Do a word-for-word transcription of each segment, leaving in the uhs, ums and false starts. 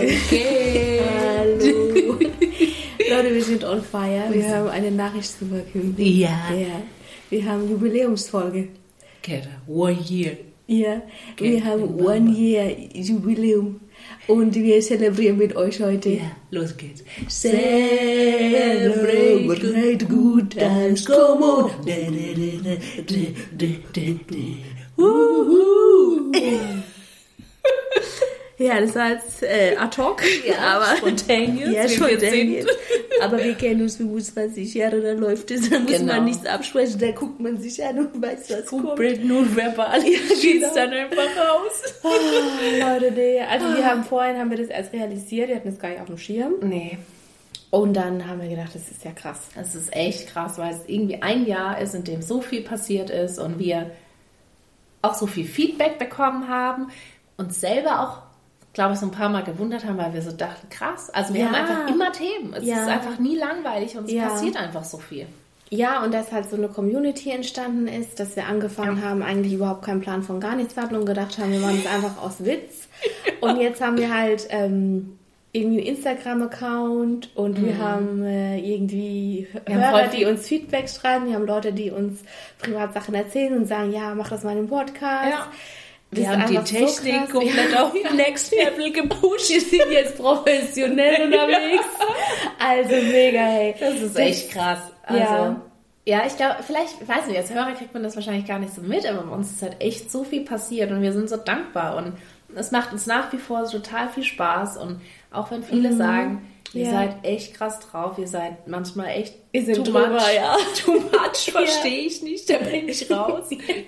geht? Hallo. Leute, wir sind on fire. Wir haben eine Nachricht zu verkünden. Ja. ja. Wir haben Jubiläumsfolge. Get one year. Ja, Okay, wir haben dann machen One wir. Year Jubiläum. Und wir zelebrieren mit euch heute. Ja, los geht's. Celebrate good times, come on. Wuhu. Ja, das war jetzt äh, ad hoc, Ja, aber spontaneous, ja, wie wir spontaneous. sind. Aber wir kennen uns fünfundzwanzig Jahre, da läuft es, da muss Genau. man nichts absprechen, da guckt man sich an und weiß, was kommt. Nur verbal. Ja, Schießt genau. dann einfach raus. Oh, Leute, nee. Also wir haben vorhin, haben wir das erst realisiert, wir hatten das gar nicht auf dem Schirm. Nee, Und dann haben wir gedacht, das ist ja krass. das ist echt krass, weil es irgendwie ein Jahr ist, in dem so viel passiert ist und wir auch so viel Feedback bekommen haben und selber auch, glaube ich, so ein paar Mal gewundert haben, weil wir so dachten, krass. Also wir Ja. haben einfach immer Themen. Es Ja. ist einfach nie langweilig und es Ja. passiert einfach so viel. Ja, und dass halt so eine Community entstanden ist, dass wir angefangen haben, eigentlich überhaupt keinen Plan von gar nichts hatten und gedacht haben, wir machen es einfach aus Witz. Und jetzt haben wir halt ähm, irgendwie einen Instagram-Account und wir haben äh, irgendwie Wir haben Hörer, voll die viel- uns Feedback schreiben. Wir haben Leute, die uns Privatsachen erzählen und sagen, ja, mach das mal im Podcast. Ja. Das Wir ist haben die einfach so Technik krass. komplett Ja. auf Next Level gepusht. Wir sind jetzt professionell unterwegs. Also mega, hey. Das ist echt krass. Also, Ja. ja, ich glaube, vielleicht, ich weiß nicht, als Hörer kriegt man das wahrscheinlich gar nicht so mit, aber bei uns ist halt echt so viel passiert und wir sind so dankbar und es macht uns nach wie vor total viel Spaß und auch wenn viele Mhm. sagen, ihr Ja. seid echt krass drauf, ihr seid manchmal echt Wir sind too drüber, much, ja. too much, verstehe ich nicht, da bin ich raus.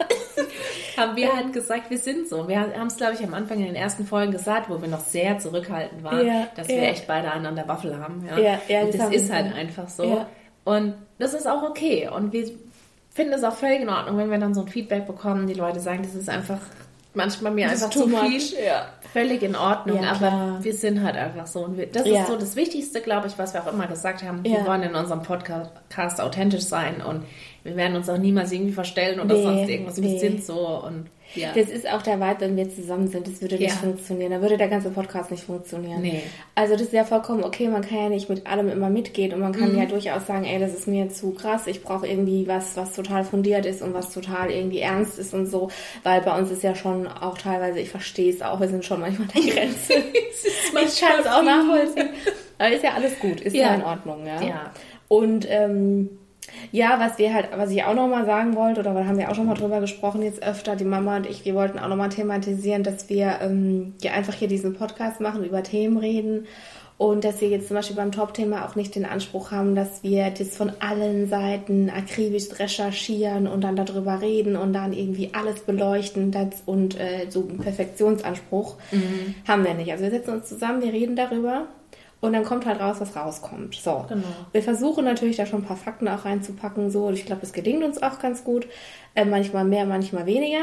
Haben wir halt gesagt, wir sind so. Wir haben es, glaube ich, am Anfang in den ersten Folgen gesagt, wo wir noch sehr zurückhaltend waren, Ja, dass ja. wir echt beide einen an der Waffel haben. Ja, Ja, ja, und das das haben wir ist halt gesagt. einfach so. Ja. Und das ist auch okay. Und wir finden es auch völlig in Ordnung, wenn wir dann so ein Feedback bekommen, die Leute sagen, das ist einfach manchmal mir Das einfach ist zu too viel. much, ja. Völlig in Ordnung, Ja, aber klar. wir sind halt einfach so. Und wir, das Ja. ist so das Wichtigste, glaube ich, was wir auch immer gesagt haben. Ja. Wir wollen in unserem Podcast authentisch sein und wir werden uns auch niemals irgendwie verstellen oder Nee, sonst irgendwas. Wir nee. sind so und ja. Das ist auch der Vibe, wenn wir zusammen sind. Das würde nicht Ja. funktionieren. Da würde der ganze Podcast nicht funktionieren. Nee. Also das ist ja vollkommen okay. Man kann ja nicht mit allem immer mitgehen und man kann Mhm. ja durchaus sagen, ey, das ist mir zu krass. Ich brauche irgendwie was, was total fundiert ist und was total irgendwie ernst ist und so. Weil bei uns ist ja schon auch teilweise, ich verstehe es auch, wir sind schon manchmal an der Grenze. Ich kann es auch nachvollziehen. Aber ist ja alles gut. Ist ja, Ja. in Ordnung, ja. Ja. Und ähm, ja, was wir halt, was ich auch nochmal sagen wollte, oder da haben wir auch schon mal drüber gesprochen, jetzt öfter, die Mama und ich, wir wollten auch nochmal thematisieren, dass wir ähm, ja einfach hier diesen Podcast machen, über Themen reden und dass wir jetzt zum Beispiel beim Top-Thema auch nicht den Anspruch haben, dass wir das von allen Seiten akribisch recherchieren und dann darüber reden und dann irgendwie alles beleuchten das, und äh, so einen Perfektionsanspruch haben wir nicht. Also wir setzen uns zusammen, wir reden darüber. Und dann kommt halt raus, was rauskommt. So. Genau. Wir versuchen natürlich da schon ein paar Fakten auch reinzupacken. So. Und ich glaube, das gelingt uns auch ganz gut. Äh, manchmal mehr, manchmal weniger.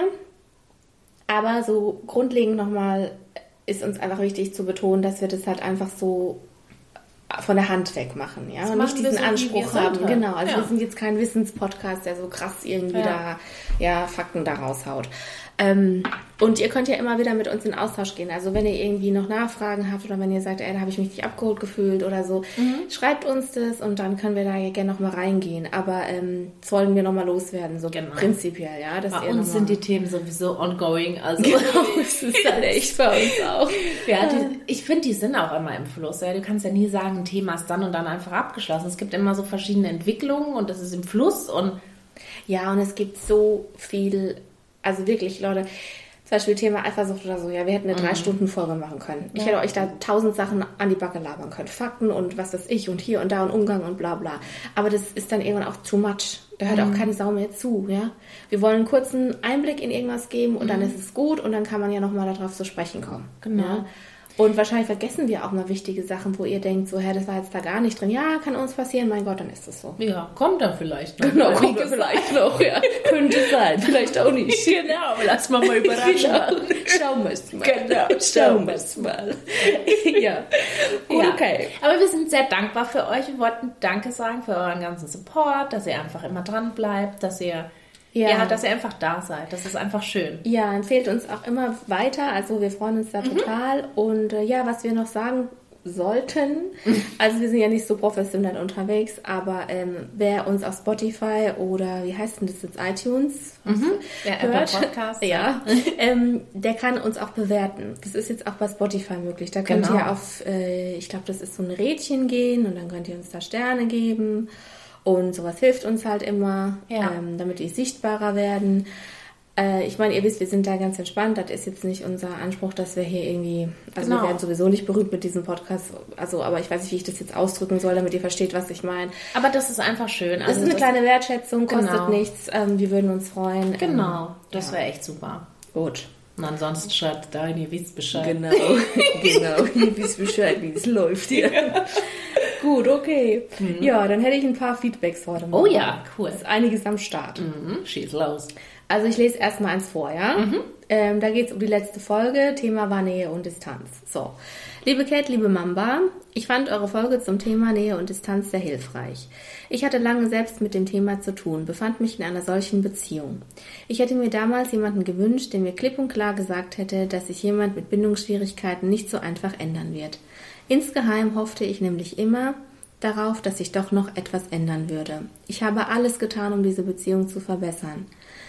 Aber so grundlegend nochmal ist uns einfach wichtig zu betonen, dass wir das halt einfach so von der Hand weg machen. Ja? Und machen nicht wir diesen so, wie Anspruch wir sind haben. halt. Genau. Also Ja. wir sind jetzt kein Wissenspodcast, der so krass irgendwie Ja. da ja, Fakten da raushaut. Ähm, und ihr könnt ja immer wieder mit uns in Austausch gehen. Also wenn ihr irgendwie noch Nachfragen habt oder wenn ihr sagt, ey, da habe ich mich nicht abgeholt gefühlt oder so, schreibt uns das und dann können wir da ja gerne nochmal reingehen. Aber ähm, das wollen wir nochmal loswerden, so Genau. prinzipiell, ja. Dass Bei ihr uns noch sind mal- die Themen sowieso ongoing. Also Genau, das ist halt echt bei uns auch. ja, die, ich finde, die sind auch immer im Fluss. Ja. Du kannst ja nie sagen, ein Thema ist dann und dann einfach abgeschlossen. Es gibt immer so verschiedene Entwicklungen und das ist im Fluss und Ja, und es gibt so viel, also wirklich, Leute, zum Beispiel Thema Eifersucht oder so, ja, wir hätten eine drei Stunden Folge machen können. Ich hätte euch da tausend Sachen an die Backe labern können. Fakten und was weiß ich und hier und da und Umgang und bla bla. Aber das ist dann irgendwann auch too much. Da hört auch keine Sau mehr zu, ja. Wir wollen einen kurzen Einblick in irgendwas geben und dann ist es gut und dann kann man ja nochmal darauf zu sprechen kommen. Genau. Ja? Und wahrscheinlich vergessen wir auch mal wichtige Sachen, wo ihr denkt, so, hä, das war jetzt da gar nicht drin. Ja, kann uns passieren, mein Gott, dann ist es so. ja, kommt dann vielleicht noch. Genau, kommt vielleicht noch, ja. Könnte sein, vielleicht auch nicht. Genau, lass mal mal überraschen. Genau. Schauen wir es mal. Genau, Schauen wir es mal. Ja, gut, Ja. okay. Aber wir sind sehr dankbar für euch. Wir wollten Danke sagen für euren ganzen Support, dass ihr einfach immer dran bleibt, dass ihr Ja. ja, dass ihr einfach da seid. Das ist einfach schön. Ja, empfehlt uns auch immer weiter. Also wir freuen uns da mhm. total. Und äh, ja, was wir noch sagen sollten, also wir sind ja nicht so professionell unterwegs, aber ähm, wer uns auf Spotify oder wie heißt denn das jetzt, iTunes mhm. ja, hört, Podcast, ja, ähm, der kann uns auch bewerten. Das ist jetzt auch bei Spotify möglich. Da könnt genau. ihr auf, äh, ich glaube, das ist so ein Rädchen gehen und dann könnt ihr uns da Sterne geben und sowas hilft uns halt immer, ja. ähm, damit die sichtbarer werden. Ich meine, ihr wisst, wir sind da ganz entspannt. Das ist jetzt nicht unser Anspruch, dass wir hier irgendwie, also genau. wir werden sowieso nicht berühmt mit diesem Podcast. Also, aber ich weiß nicht, wie ich das jetzt ausdrücken soll, damit ihr versteht, was ich meine. Aber das ist einfach schön. Also das ist eine das kleine Wertschätzung, kostet genau. nichts. Ähm, wir würden uns freuen. Genau, ähm, das wäre ja. echt super. Gut. Und ansonsten schreibt da, ihr wisst Bescheid. Genau, genau, ihr wisst Bescheid, wie es läuft hier. Gut, okay. Mhm. Ja, dann hätte ich ein paar Feedbacks heute mal. Oh ja, cool. Ist einiges am Start. Mhm, schieß los. Also ich lese erstmal eins vor, ja? Mhm. Ähm, da geht es um die letzte Folge. Thema war Nähe und Distanz. So. Liebe Cat, liebe Mamba, ich fand eure Folge zum Thema Nähe und Distanz sehr hilfreich. Ich hatte lange selbst mit dem Thema zu tun, befand mich in einer solchen Beziehung. Ich hätte mir damals jemanden gewünscht, der mir klipp und klar gesagt hätte, dass sich jemand mit Bindungsschwierigkeiten nicht so einfach ändern wird. Insgeheim hoffte ich nämlich immer darauf, dass sich doch noch etwas ändern würde. Ich habe alles getan, um diese Beziehung zu verbessern.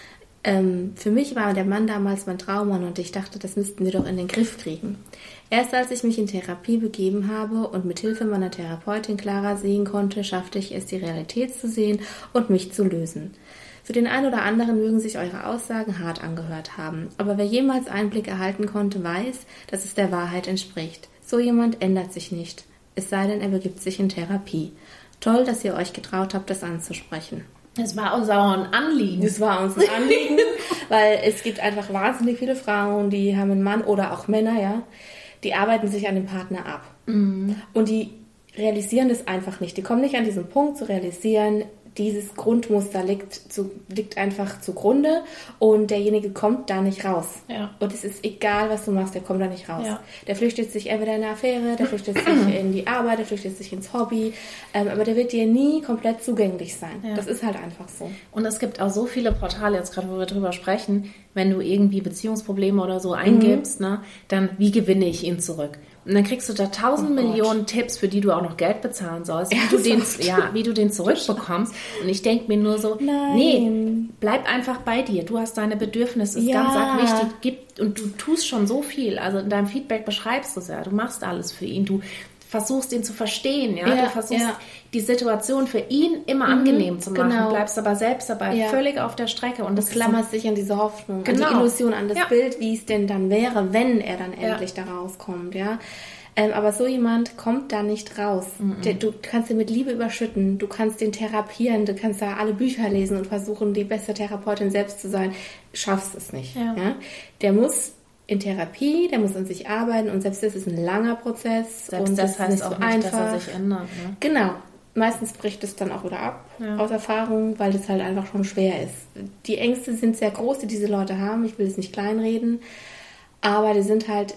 Ähm, für mich war der Mann damals mein Traummann und ich dachte, das müssten wir doch in den Griff kriegen. Erst als ich mich in Therapie begeben habe und mit Hilfe meiner Therapeutin klarer sehen konnte, schaffte ich es, die Realität zu sehen und mich zu lösen. Für den einen oder anderen mögen sich eure Aussagen hart angehört haben, aber wer jemals Einblick erhalten konnte, weiß, dass es der Wahrheit entspricht. So jemand ändert sich nicht, es sei denn, er begibt sich in Therapie. Toll, dass ihr euch getraut habt, das anzusprechen. Es war uns auch ein Anliegen. Es war uns ein Anliegen, weil es gibt einfach wahnsinnig viele Frauen, die haben einen Mann oder auch Männer, ja, die arbeiten sich an dem Partner ab. Mhm. Und die realisieren das einfach nicht. Die kommen nicht an diesen Punkt zu realisieren, dieses Grundmuster liegt, zu, liegt einfach zugrunde und derjenige kommt da nicht raus. Ja. Und es ist egal, was du machst, der kommt da nicht raus. Ja. Der flüchtet sich entweder in eine Affäre, der flüchtet sich in die Arbeit, der flüchtet sich ins Hobby, ähm, aber der wird dir nie komplett zugänglich sein. Ja. Das ist halt einfach so. Und es gibt auch so viele Portale, jetzt gerade wo wir drüber sprechen, wenn du irgendwie Beziehungsprobleme oder so eingibst, mhm. ne, dann wie gewinne ich ihn zurück? Und dann kriegst du da tausend oh Millionen Gott. Tipps, für die du auch noch Geld bezahlen sollst, wie, du den, ja, wie du den zurückbekommst. Und ich denke mir nur so, Nein. nee, bleib einfach bei dir. Du hast deine Bedürfnisse, ist ja. ganz arg wichtig. Gib, und du tust schon so viel. Also in deinem Feedback beschreibst du es ja. Du machst alles für ihn. Du versuchst ihn zu verstehen. Ja? ja du versuchst ja. die Situation für ihn immer mhm, angenehm zu machen. Genau. Bleibst aber selbst dabei ja. völlig auf der Strecke. Und das klammerst dich an diese Hoffnung, genau. an die Illusion, an das ja. Bild, wie es denn dann wäre, wenn er dann endlich ja. da rauskommt. Ja. Ähm, aber so jemand kommt da nicht raus. Mhm. Der, du kannst ihn mit Liebe überschütten, du kannst ihn therapieren, du kannst da alle Bücher lesen und versuchen, die beste Therapeutin selbst zu sein. Schaffst es nicht. Ja. Ja? Der muss in Therapie, der muss an sich arbeiten und selbst das ist ein langer Prozess. Selbst und das, das heißt nicht auch so nicht, einfach. dass er sich ändert. Ne? Genau. Meistens bricht es dann auch wieder ab, ja. aus Erfahrung, weil das halt einfach schon schwer ist. Die Ängste sind sehr groß, die diese Leute haben. Ich will es nicht kleinreden, aber die sind halt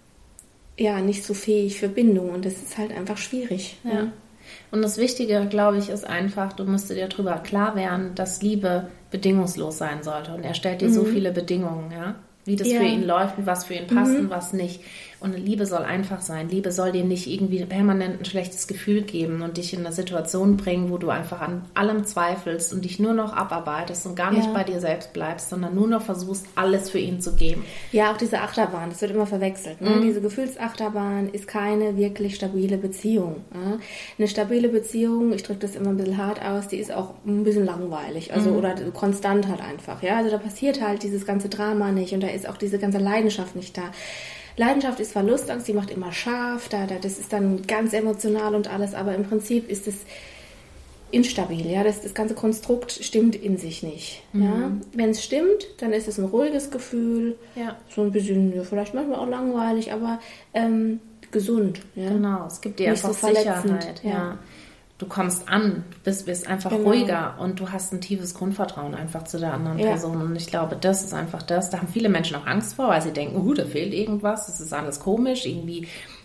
ja nicht so fähig für Bindung und das ist halt einfach schwierig. Ja. Ja. Und das Wichtige, glaube ich, ist einfach, du musst dir darüber klar werden, dass Liebe bedingungslos sein sollte. Und er stellt dir mhm. so viele Bedingungen, ja, wie das ja. für ihn läuft und was für ihn passt mhm. und was nicht. Und Liebe soll einfach sein. Liebe soll dir nicht irgendwie permanent ein schlechtes Gefühl geben und dich in eine Situation bringen, wo du einfach an allem zweifelst und dich nur noch abarbeitest und gar nicht ja. bei dir selbst bleibst, sondern nur noch versuchst, alles für ihn zu geben. Ja, auch diese Achterbahn, das wird immer verwechselt. Ne? Mhm. Diese Gefühlsachterbahn ist keine wirklich stabile Beziehung. Ne? Eine stabile Beziehung, ich drücke das immer ein bisschen hart aus, die ist auch ein bisschen langweilig, also mhm. oder konstant halt einfach. Ja, also da passiert halt dieses ganze Drama nicht und da ist auch diese ganze Leidenschaft nicht da. Leidenschaft ist Verlustangst, die macht immer scharf, da, da, das ist dann ganz emotional und alles, aber im Prinzip ist es instabil, ja, das, das ganze Konstrukt stimmt in sich nicht. Mhm. Ja? Wenn es stimmt, dann ist es ein ruhiges Gefühl, ja. so ein bisschen, ja, vielleicht manchmal auch langweilig, aber ähm, gesund. Ja? Genau, es gibt dir nicht einfach so Sicherheit. Ja. Ja. Du kommst an, du bist, bist einfach genau. ruhiger und du hast ein tiefes Grundvertrauen einfach zu der anderen ja. Person. Und ich glaube, das ist einfach das. Da haben viele Menschen auch Angst vor, weil sie denken, uh, da fehlt irgendwas, das ist alles komisch, irgendwie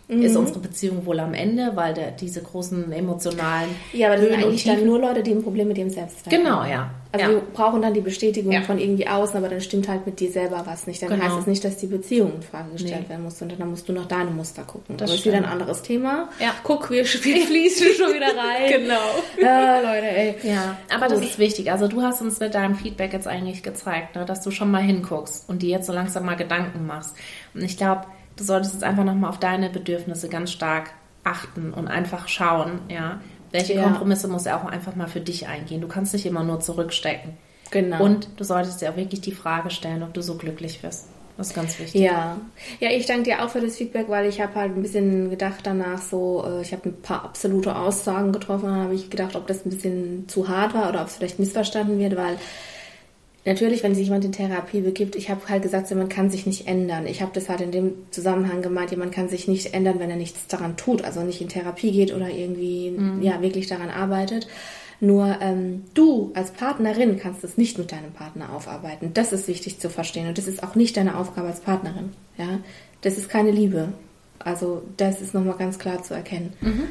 mhm. ist unsere Beziehung wohl am Ende, weil der, diese großen emotionalen Ja, aber das Höhen sind und eigentlich dann Tiefen- nur Leute, die ein Problem mit ihrem Selbstwert haben. Genau, ja. Also ja. wir brauchen dann die Bestätigung Ja. von irgendwie außen, aber dann stimmt halt mit dir selber was nicht. Dann Genau. heißt es nicht, dass die Beziehung in Frage gestellt Nee. werden muss, sondern dann musst du nach deinem Muster gucken. Das Das ist wieder ein stimmt. anderes Thema. Ja. Guck, wir, wir fließen schon wieder rein. Genau. Ja, Leute, ey. Ja, aber das Gut. ist wichtig. Also du hast uns mit deinem Feedback jetzt eigentlich gezeigt, ne, dass du schon mal hinguckst und dir jetzt so langsam mal Gedanken machst. Und ich glaube, du solltest jetzt einfach nochmal auf deine Bedürfnisse ganz stark achten und einfach schauen, ja, welche Ja. Kompromisse muss er auch einfach mal für dich eingehen. Du kannst nicht immer nur zurückstecken. Genau. Und du solltest dir auch wirklich die Frage stellen, ob du so glücklich wirst. Das ist ganz wichtig. Ja, ja, ich danke dir auch für das Feedback, weil ich habe halt ein bisschen gedacht danach so, äh, ich habe ein paar absolute Aussagen getroffen, dann habe ich gedacht, ob das ein bisschen zu hart war oder ob es vielleicht missverstanden wird, weil natürlich, wenn sich jemand in Therapie begibt, ich habe halt gesagt, so, man kann sich nicht ändern. Ich habe das halt in dem Zusammenhang gemeint, jemand kann sich nicht ändern, wenn er nichts daran tut, also nicht in Therapie geht oder irgendwie Mhm. ja wirklich daran arbeitet. Nur ähm, du als Partnerin kannst es nicht mit deinem Partner aufarbeiten. Das ist wichtig zu verstehen und das ist auch nicht deine Aufgabe als Partnerin. Ja, das ist keine Liebe. Also das ist nochmal ganz klar zu erkennen.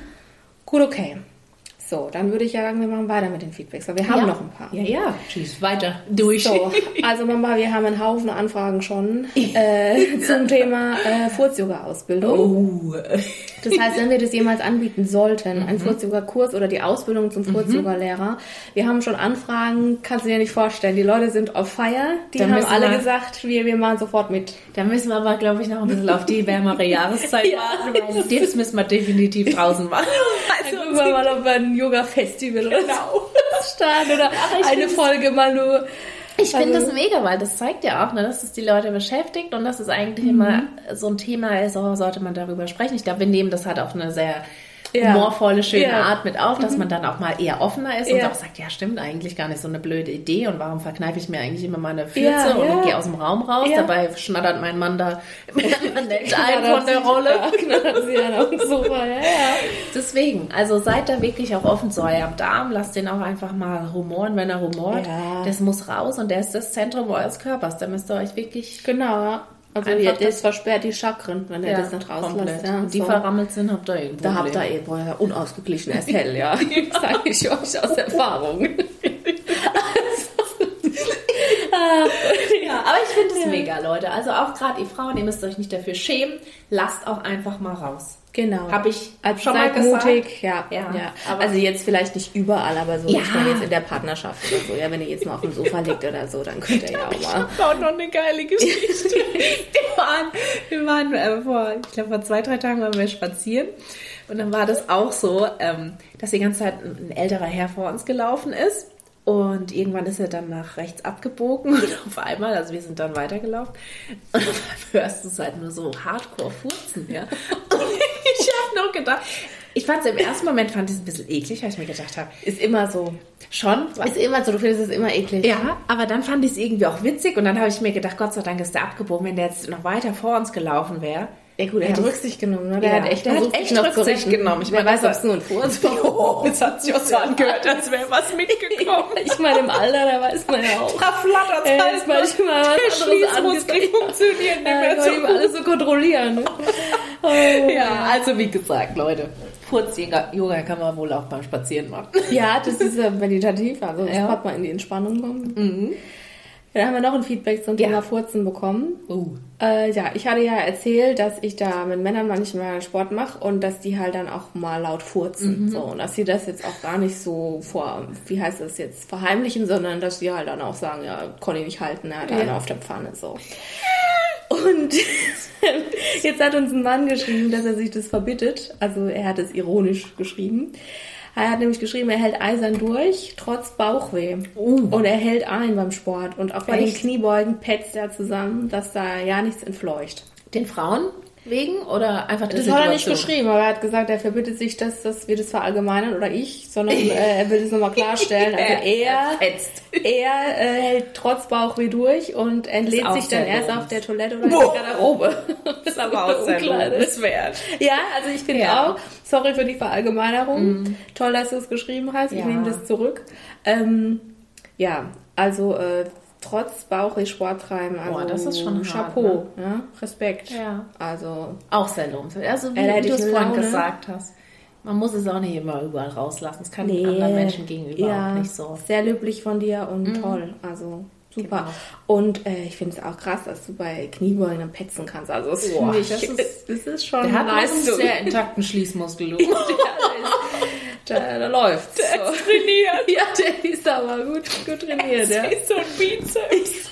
Gut, okay. So, dann würde ich ja sagen, wir machen weiter mit den Feedbacks, weil wir haben ja. noch ein paar. Ja, ja. Schieß weiter durch. So, also Mama, wir haben einen Haufen Anfragen schon äh, zum Thema äh, Furz-Yoga-Ausbildung. Oh. Das heißt, wenn wir das jemals anbieten sollten, einen Furz-Yoga-Kurs oder die Ausbildung zum Furz-Yoga-Lehrer, wir haben schon Anfragen, kannst du dir nicht vorstellen. Die Leute sind auf Feier, die Da haben müssen alle wir- gesagt, wir, wir machen sofort mit. Da müssen wir aber, glaube ich, noch ein bisschen auf die wärmere Jahreszeit Ja. warten, weil das müssen wir definitiv draußen machen. Also gucken wir mal, ob wir ein Yoga-Festival oder Genau. so starten oder ich eine find's- Folge mal nur. Ich finde Also- das mega, weil das zeigt ja auch, ne, dass es die Leute beschäftigt und dass es eigentlich immer so ein Thema ist, oh, sollte man darüber sprechen. Ich glaube, wir nehmen das halt auf eine sehr Ja. humorvolle, schöne Ja. Art mit auf, dass man dann auch mal eher offener ist und Ja. auch sagt, ja, stimmt, eigentlich gar nicht so eine blöde Idee und warum verkneife ich mir eigentlich immer meine Fürze Ja, und ja. gehe aus dem Raum raus. Ja. Dabei schnattert mein Mann da permanent ein von der Rolle. Ja, knattert sie dann auf dem Sofa, ja, ja. Deswegen, also seid da wirklich auch offen zu eurem Darm, lasst den auch einfach mal rumoren, wenn er rumort. Ja. Das muss raus und der ist das Zentrum eures Körpers. Da müsst ihr euch wirklich Genau, ja. Also Einfach ihr, das- das versperrt die Chakren, wenn ihr das nicht rauslässt. komplett. Ja, Und die so. verrammelt sind, habt ihr irgendwo. Da habt ihr eh boah, ja, unausgeglichen erst hell, ja. Sage ich euch aus Erfahrung. Ja, aber ich finde es mega, Leute. Also auch gerade ihr Frauen, ihr müsst euch nicht dafür schämen. Lasst auch einfach mal raus. Genau. Habe ich Als schon mal seid gesagt. mutig, ja, Ja, ja. aber- Also jetzt vielleicht nicht überall, aber so Ja. ich meine jetzt in der Partnerschaft oder so. Ja, wenn ihr jetzt mal auf dem Sofa liegt oder so, dann könnt ihr ja auch mal. Das war noch eine geile Geschichte. wir waren, wir waren äh, vor, ich glaube vor zwei, drei Tagen waren wir spazieren. Und dann war das auch so, ähm, dass die ganze Zeit ein, ein älterer Herr vor uns gelaufen ist. Und irgendwann ist er dann nach rechts abgebogen und auf einmal, also wir sind dann weitergelaufen und auf einmal hörst du es halt nur so hardcore furzen, ja. Und ich habe noch gedacht, ich fand es im ersten Moment, fand ich es ein bisschen eklig, weil ich mir gedacht habe, Ist immer so. schon, Ist immer so, du findest es immer eklig. ja, aber dann fand ich es irgendwie auch witzig und dann habe ich mir gedacht, Gott sei Dank ist der abgebogen, wenn der jetzt noch weiter vor uns gelaufen wäre. Ja gut, er hat Hätte ich- Rücksicht genommen, ne? Der Ja, hat echt der hat versucht, echt sich noch zu Rücksicht retten. genommen. Ich Wer meine, weiß, ob das es nur ein Furz Oh, das hat sich auch so angehört, als wäre was mitgekommen. Ich meine, im Alter, da weiß man ja auch. Da flattert Äh, halt ist manchmal was anderes Schließmuskel angesagt. funktioniert nicht Ja, mehr soll ihm alles so kontrollieren. Ne? Oh. Ja, also wie gesagt, Leute, Furz-Yoga kann man wohl auch beim Spazieren machen. Ja, das ist ja meditativ, also das Ja. hat man in die Entspannung kommen. Ja, dann haben wir noch ein Feedback zum Thema Ja. Furzen bekommen. Uh. Äh, ja, ich hatte ja erzählt, dass ich da mit Männern manchmal Sport mache und dass die halt dann auch mal laut furzen. So, und dass sie das jetzt auch gar nicht so vor, wie heißt das jetzt, verheimlichen, sondern dass die halt dann auch sagen, ja, konnte ich nicht halten, er hat Ja. einen auf der Pfanne, so. Und jetzt hat uns ein Mann geschrieben, dass er sich das verbittet. Also er hat es ironisch geschrieben. Er hat nämlich geschrieben, er hält eisern durch, trotz Bauchweh. Uh. Und er hält ein beim Sport. Und auch bei Echt? den Kniebeugen petzt er zusammen, dass da ja nichts entfleucht. Den Frauen wegen oder einfach der Das hat er nicht Situation? geschrieben, aber er hat gesagt, er verbittet sich, dass, dass wir das verallgemeinern oder ich, sondern äh, er will das nochmal klarstellen. Also er, fetzt. er äh, hält trotz Bauchweh durch und entlädt Ist auch sich dann sehr erst logisch. auf der Toilette oder in Boah. der Garderobe. Das ist aber auch sehr Umkleide. lobenswert. Ja, also ich finde Ja. auch, sorry für die Verallgemeinerung. Toll, dass du es geschrieben hast. Ich Ja. nehme das zurück. Ähm, ja, also äh, trotz Bauch Sport treiben. Also Boah, das ist schon Chapeau, hart, ne? Respekt. Ja. Also auch sehr lohnenswert. Also wie, äh, wie du es vorhin Laune. gesagt hast. Man muss es auch nicht immer überall rauslassen. Es kann nee, anderen Menschen gegenüber ja, auch nicht so. Sehr löblich von dir und Mhm. toll. Also super. Genau. Und äh, ich finde es auch krass, dass du bei Kniebeugen dann petzen kannst. Also das, Boah, finde ich, das ist- das ist schon Der hat einen Leistung. sehr intakten Schließmuskel. Da, da läuft. Der so. ist trainiert. Ja, der ist aber gut, gut trainiert. Ja. ist so ein Bizeps.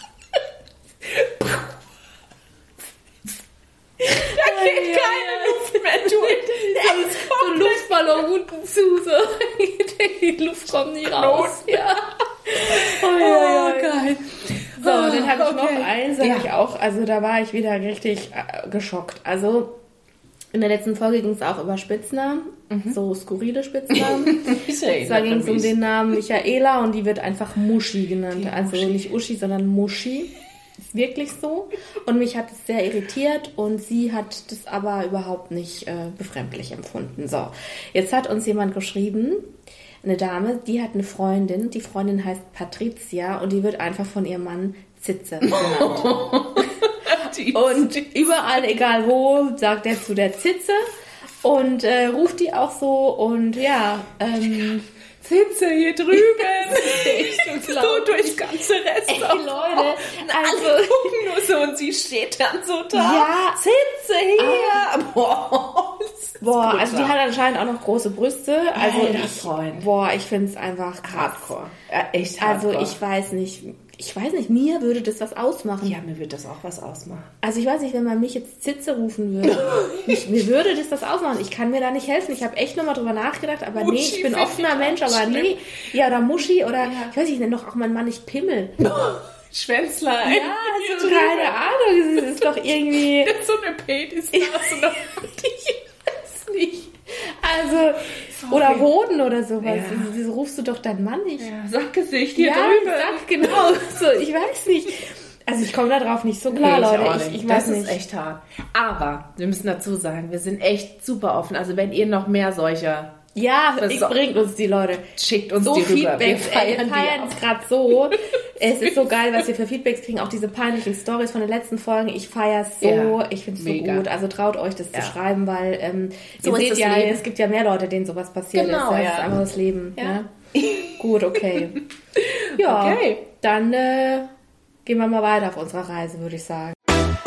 Da geht ja, keine ja. Luft mehr durch. Der ist So ein Luftballon unten zu. So. Die Luft kommt nie raus. Ja. Oh, Oh, ja, ja. geil. So, dann habe ich Okay. noch eins, sag Ja. ich auch, also da war ich wieder richtig äh, geschockt. Also in der letzten Folge ging es auch über Spitznamen, so skurrile Spitznamen. Da ging es um den Namen Michaela und die wird einfach Muschi genannt. Die Also Muschi. nicht Uschi, sondern Muschi. Ist wirklich so. Und mich hat es sehr irritiert und sie hat das aber überhaupt nicht äh, befremdlich empfunden. So, jetzt hat uns jemand geschrieben, eine Dame, die hat eine Freundin. Die Freundin heißt Patricia und die wird einfach von ihrem Mann Zitze genannt. Und überall, egal wo, sagt er zu der Zitze und äh, ruft die auch so und ja, ähm, Zitze hier drüben. echt so durchs ganze Rest. ey, Leute, Also also, gucken nur so und sie steht dann so da. ja, Zitze hier. Boah, das ist boah, brutal. also die hat anscheinend auch noch große Brüste, also Alter ich, Freund. boah, ich finde es einfach krass. Hardcore. Ja, echt Also hardcore. ich weiß nicht, ich weiß nicht, mir würde das was ausmachen. Ja, mir wird das auch was ausmachen. Also ich weiß nicht, wenn man mich jetzt Zitze rufen würde, mich, mir würde das was ausmachen. Ich kann mir da nicht helfen. Ich habe echt nochmal drüber nachgedacht, aber Muschi nee, ich bin find offener ich Mensch, auch aber schlimm. nee. Ja, oder Muschi oder, ich weiß nicht, ich nenne doch auch meinen Mann nicht Pimmel. Schwänzlein. Ja, also keine Ahnung, es ist doch irgendwie, So eine Penis. ich weiß nicht. Also, oder Hoden oder sowas. Ja. Wieso rufst du doch deinen Mann nicht? Ja, Sackgesicht hier Ja, drüben. sag genau. So, ich weiß nicht. Also ich komme da drauf nicht so klar, Nee, Leute. auch Ich, nicht. ich weiß das nicht. ist echt hart. Aber wir müssen dazu sagen, wir sind echt super offen. Also wenn ihr noch mehr solcher Ja, Was ich so- bringt uns die Leute. schickt uns So die rüber. Wir Feedbacks, ey, wir feiern die feiern auch. es gerade so. Es ist so geil, was wir für Feedbacks kriegen. Auch diese peinlichen Stories von den letzten Folgen. Ich feiere es so. Ja, ich finde es so mega. gut. Also traut euch, das Ja. zu schreiben, weil ähm, So ihr ist seht das ja, Leben. es gibt ja mehr Leute, denen sowas passiert Genau, ist. Das ja. ist einfach das Leben. Ja. Ne? Gut, okay. Ja, Okay. dann äh, gehen wir mal weiter auf unserer Reise, würde ich sagen.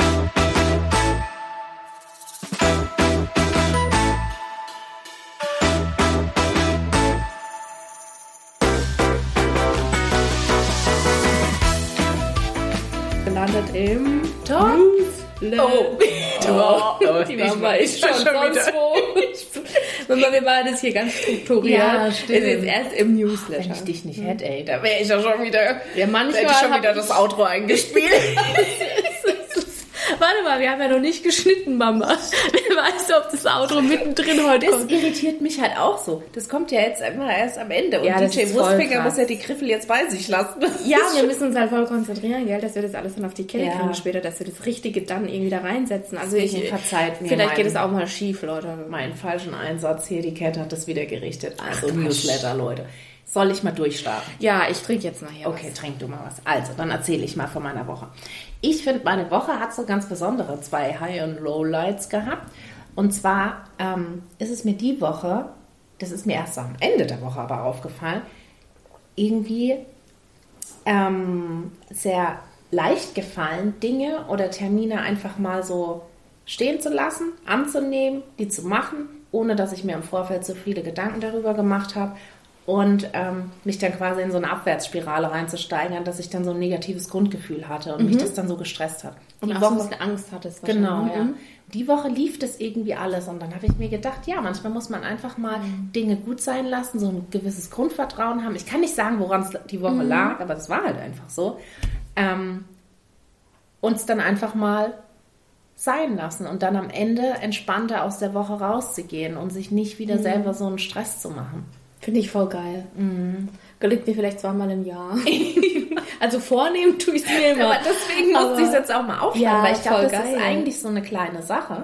Gelandet im Top. Newsletter. Oh, oh, Die ich Mama weiß ist schon, schon sonst wieder. wo. Mama, wir machen das hier ganz strukturiert. Ja, stimmt. Es ist erst im Newsletter. Wenn ich dich nicht hätte, ey, da wäre ich ja schon wieder, Ja, da manchmal hätte ich schon hab wieder das Outro eingespielt. Warte mal, wir haben ja noch nicht geschnitten, Mama. Wer weiß, ob das Outro mittendrin heute Das kommt. irritiert mich halt auch so. Das kommt ja jetzt immer erst am Ende. Und Ja, das D J ist voll Wurstfinger krass. muss ja die Griffel jetzt bei sich lassen. Ja, wir müssen uns halt voll konzentrieren, gell, dass wir das alles dann auf die Kette Ja. kriegen später, dass wir das Richtige dann irgendwie da reinsetzen. Also Deswegen ich, verzeiht mir vielleicht geht meinen- es auch mal schief, Leute. Meinen falschen Einsatz hier, die Kette hat das wieder gerichtet. Also Newsletter, Leute. Soll ich mal durchstarten? Ja, ich trinke jetzt mal hier Okay, trink du mal was. Also, dann erzähle ich mal von meiner Woche. Ich finde, meine Woche hat so ganz besondere zwei High- und Lowlights gehabt. Und zwar ähm, ist es mir die Woche, das ist mir erst am Ende der Woche aber aufgefallen, irgendwie ähm, sehr leicht gefallen, Dinge oder Termine einfach mal so stehen zu lassen, anzunehmen, die zu machen, ohne dass ich mir im Vorfeld so viele Gedanken darüber gemacht habe. Und ähm, mich dann quasi in so eine Abwärtsspirale reinzusteigern, dass ich dann so ein negatives Grundgefühl hatte und mich das dann so gestresst hat. Und Die auch so ein Woche, bisschen Angst hattest genau, wahrscheinlich. ja. Mhm. Die Woche lief das irgendwie alles und dann habe ich mir gedacht, ja, manchmal muss man einfach mal Dinge gut sein lassen, so ein gewisses Grundvertrauen haben. Ich kann nicht sagen, woran es die Woche lag, aber das war halt einfach so. Ähm, uns dann einfach mal sein lassen und dann am Ende entspannter aus der Woche rauszugehen und sich nicht wieder selber so einen Stress zu machen. Finde ich voll geil. Mhm. Gelingt mir vielleicht zweimal im Jahr. Also vornehmen tue ich es mir immer. Aber deswegen musste ich es jetzt auch mal aufschreiben, Ja, weil ich glaube, voll das ist geil. eigentlich so eine kleine Sache,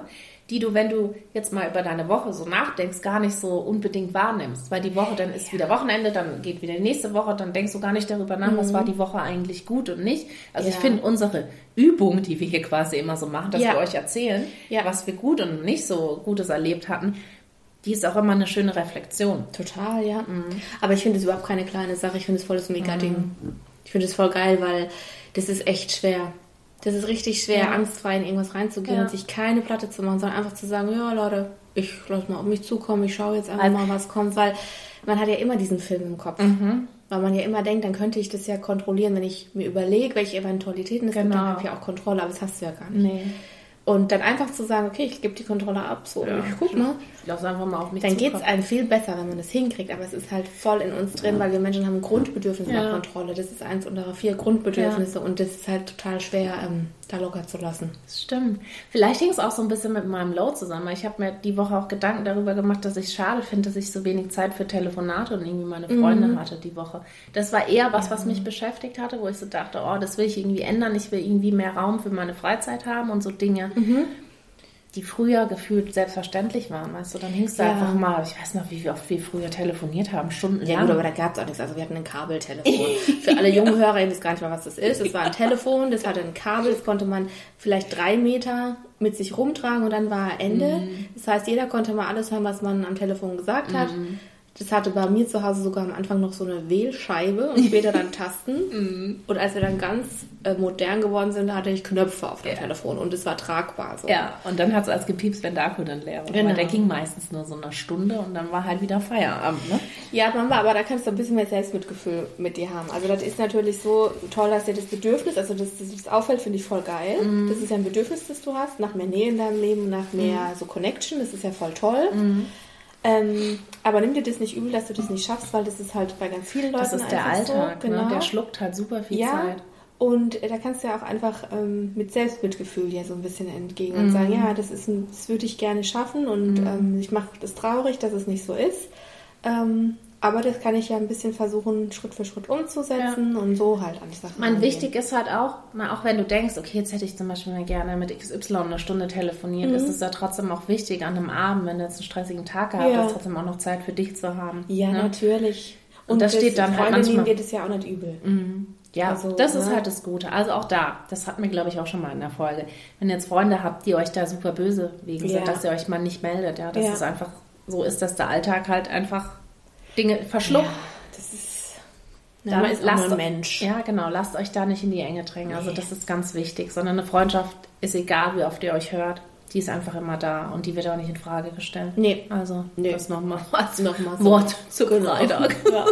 die du, wenn du jetzt mal über deine Woche so nachdenkst, gar nicht so unbedingt wahrnimmst. Weil die Woche, dann ist wieder Wochenende, dann geht wieder die nächste Woche, dann denkst du gar nicht darüber nach, mhm. was war die Woche eigentlich gut und nicht. Also ja. ich finde unsere Übung, die wir hier quasi immer so machen, dass ja. wir euch erzählen, ja. was wir gut und nicht so Gutes erlebt hatten, die ist auch immer eine schöne Reflexion. Total, ja. Mhm. Aber ich finde es überhaupt keine kleine Sache. Ich finde es voll das Mega-Ding. Mhm. Ich finde es voll geil, weil das ist echt schwer. Das ist richtig schwer, ja. angstfrei in irgendwas reinzugehen ja. und sich keine Platte zu machen, sondern einfach zu sagen, ja Leute, ich lasse mal auf mich zukommen, ich schaue jetzt einfach also, mal, was kommt. Weil man hat ja immer diesen Film im Kopf. Mhm. Weil man ja immer denkt, dann könnte ich das ja kontrollieren, wenn ich mir überlege, welche Eventualitäten es gibt, dann habe ich ja auch Kontrolle, aber das hast du ja gar nicht. Nee. Und dann einfach zu sagen, okay, ich gebe die Kontrolle ab, so, ja, ich guck mal. Ich lasse einfach mal auf mich Dann geht es einem viel besser, wenn man das hinkriegt, aber es ist halt voll in uns drin, weil wir Menschen haben ein Grundbedürfnis ja. nach Kontrolle. Das ist eins unserer vier Grundbedürfnisse ja. und das ist halt total schwer, ähm, da locker zu lassen. Das stimmt. Vielleicht hing es auch so ein bisschen mit meinem Load zusammen, weil ich habe mir die Woche auch Gedanken darüber gemacht, dass ich es schade finde, dass ich so wenig Zeit für Telefonate und irgendwie meine Freunde mhm. hatte die Woche. Das war eher was, was mich beschäftigt hatte, wo ich so dachte, oh, das will ich irgendwie ändern, ich will irgendwie mehr Raum für meine Freizeit haben und so Dinge. Mhm. die früher gefühlt selbstverständlich waren, weißt du, dann hingst du ja. einfach mal, ich weiß noch, wie oft wir früher telefoniert haben, stundenlang. Ja gut, aber da gab es auch nichts, also wir hatten ein Kabeltelefon. Für alle jungen Hörer, ihr wisst gar nicht mehr, was das ist, es war ein Telefon, das hatte ein Kabel, das konnte man vielleicht drei Meter mit sich rumtragen und dann war Ende. Mhm. Das heißt, jeder konnte mal alles hören, was man am Telefon gesagt hat. Mhm. Das hatte bei mir zu Hause sogar am Anfang noch so eine Wählscheibe und später dann Tasten. Und als wir dann ganz äh, modern geworden sind, hatte ich Knöpfe auf dem ja. Telefon und es war tragbar. So. Ja, und dann hat es als gepiepst, wenn der Akku dann leer war. Genau. Der ging meistens nur so eine Stunde und dann war halt wieder Feierabend, ne? Ja, Mama, aber da kannst du ein bisschen mehr Selbstmitgefühl mit dir haben. Also das ist natürlich so toll, dass dir das Bedürfnis, also das, das, das auffällt, finde ich voll geil. Mhm. Das ist ja ein Bedürfnis, das du hast, nach mehr Nähe in deinem Leben, nach mehr mhm. so Connection, das ist ja voll toll. Mhm. Ähm, aber nimm dir das nicht übel, dass du das nicht schaffst, weil das ist halt bei ganz vielen Leuten das ist der Alltag, so, genau. ne? Der schluckt halt super viel ja, Zeit. Und da kannst du ja auch einfach ähm, mit Selbstmitgefühl dir so ein bisschen entgegen und mhm. sagen, ja, das ist ein, das würde ich gerne schaffen und mhm. ähm, ich mache das traurig, dass es nicht so ist. Ähm, aber das kann ich ja ein bisschen versuchen, Schritt für Schritt umzusetzen ja. und so halt an die Sachen Man, wichtig ist halt auch, na, auch wenn du denkst, okay, jetzt hätte ich zum Beispiel mal gerne mit X Y eine Stunde telefoniert, mhm. ist es ja trotzdem auch wichtig an einem Abend, wenn du jetzt einen stressigen Tag gehabt ja. hast, trotzdem auch noch Zeit für dich zu haben. Ja, ne? natürlich. Und, und das, das steht dann Freunde halt manchmal... nehmen dir das ja auch nicht übel. Mhm. Ja, also, das ne? ist halt das Gute. Also auch da, das hatten wir, glaube ich, auch schon mal in der Folge. Wenn ihr jetzt Freunde habt, die euch da super böse wegen ja. sind, dass ihr euch mal nicht meldet, ja, dass ja. es einfach so ist, dass der Alltag halt einfach Dinge verschluckt. Ja. Das ist, ja, man ist lasst ein Mensch. Ja, genau. Lasst euch da nicht in die Enge drängen. Nee. Also das ist ganz wichtig. Sondern eine Freundschaft ist egal, wie oft ihr euch hört. Die ist einfach immer da und die wird auch nicht in Frage gestellt. Nee. Also nee. das nochmal als nochmal so Wort zu Freitag. Ja.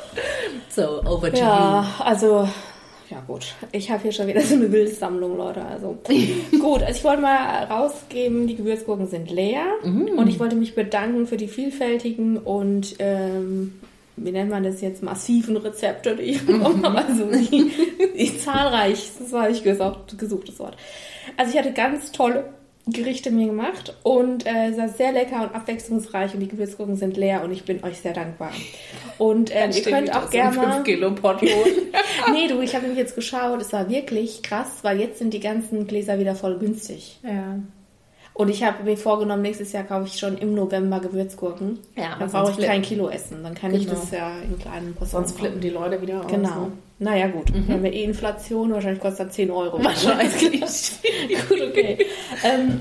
So, over to Ja, you. also... Ja gut, ich habe hier schon wieder so eine wilde Sammlung, Leute. Also gut, also ich wollte mal rausgeben, die Gewürzgurken sind leer. Mm. Und ich wollte mich bedanken für die vielfältigen und, ähm, wie nennt man das jetzt, massiven Rezepte, die ich bekommen habe. Also die, die zahlreich, das war ich gesucht, gesuchtes Wort. Also ich hatte ganz tolle Gerichte mir gemacht und äh, es war sehr lecker und abwechslungsreich und die Gewürzgurken sind leer und ich bin euch sehr dankbar. Und ähm, ihr könnt auch gerne mal... fünf Kilo Pott holen. Nee, du, ich habe nämlich jetzt geschaut, es war wirklich krass, weil jetzt sind die ganzen Gläser wieder voll günstig. Ja. Und ich habe mir vorgenommen, nächstes Jahr kaufe ich schon im November Gewürzgurken. Ja, dann brauche ich flippen. kein Kilo essen. Dann kann genau. ich das ja in kleinen Portionen. Sonst flippen die Leute wieder aus. Genau. Ne? Naja, gut. Mhm. Wir haben ja eh Inflation. Wahrscheinlich kostet das zehn Euro. Wahrscheinlich. Gut, okay. ähm,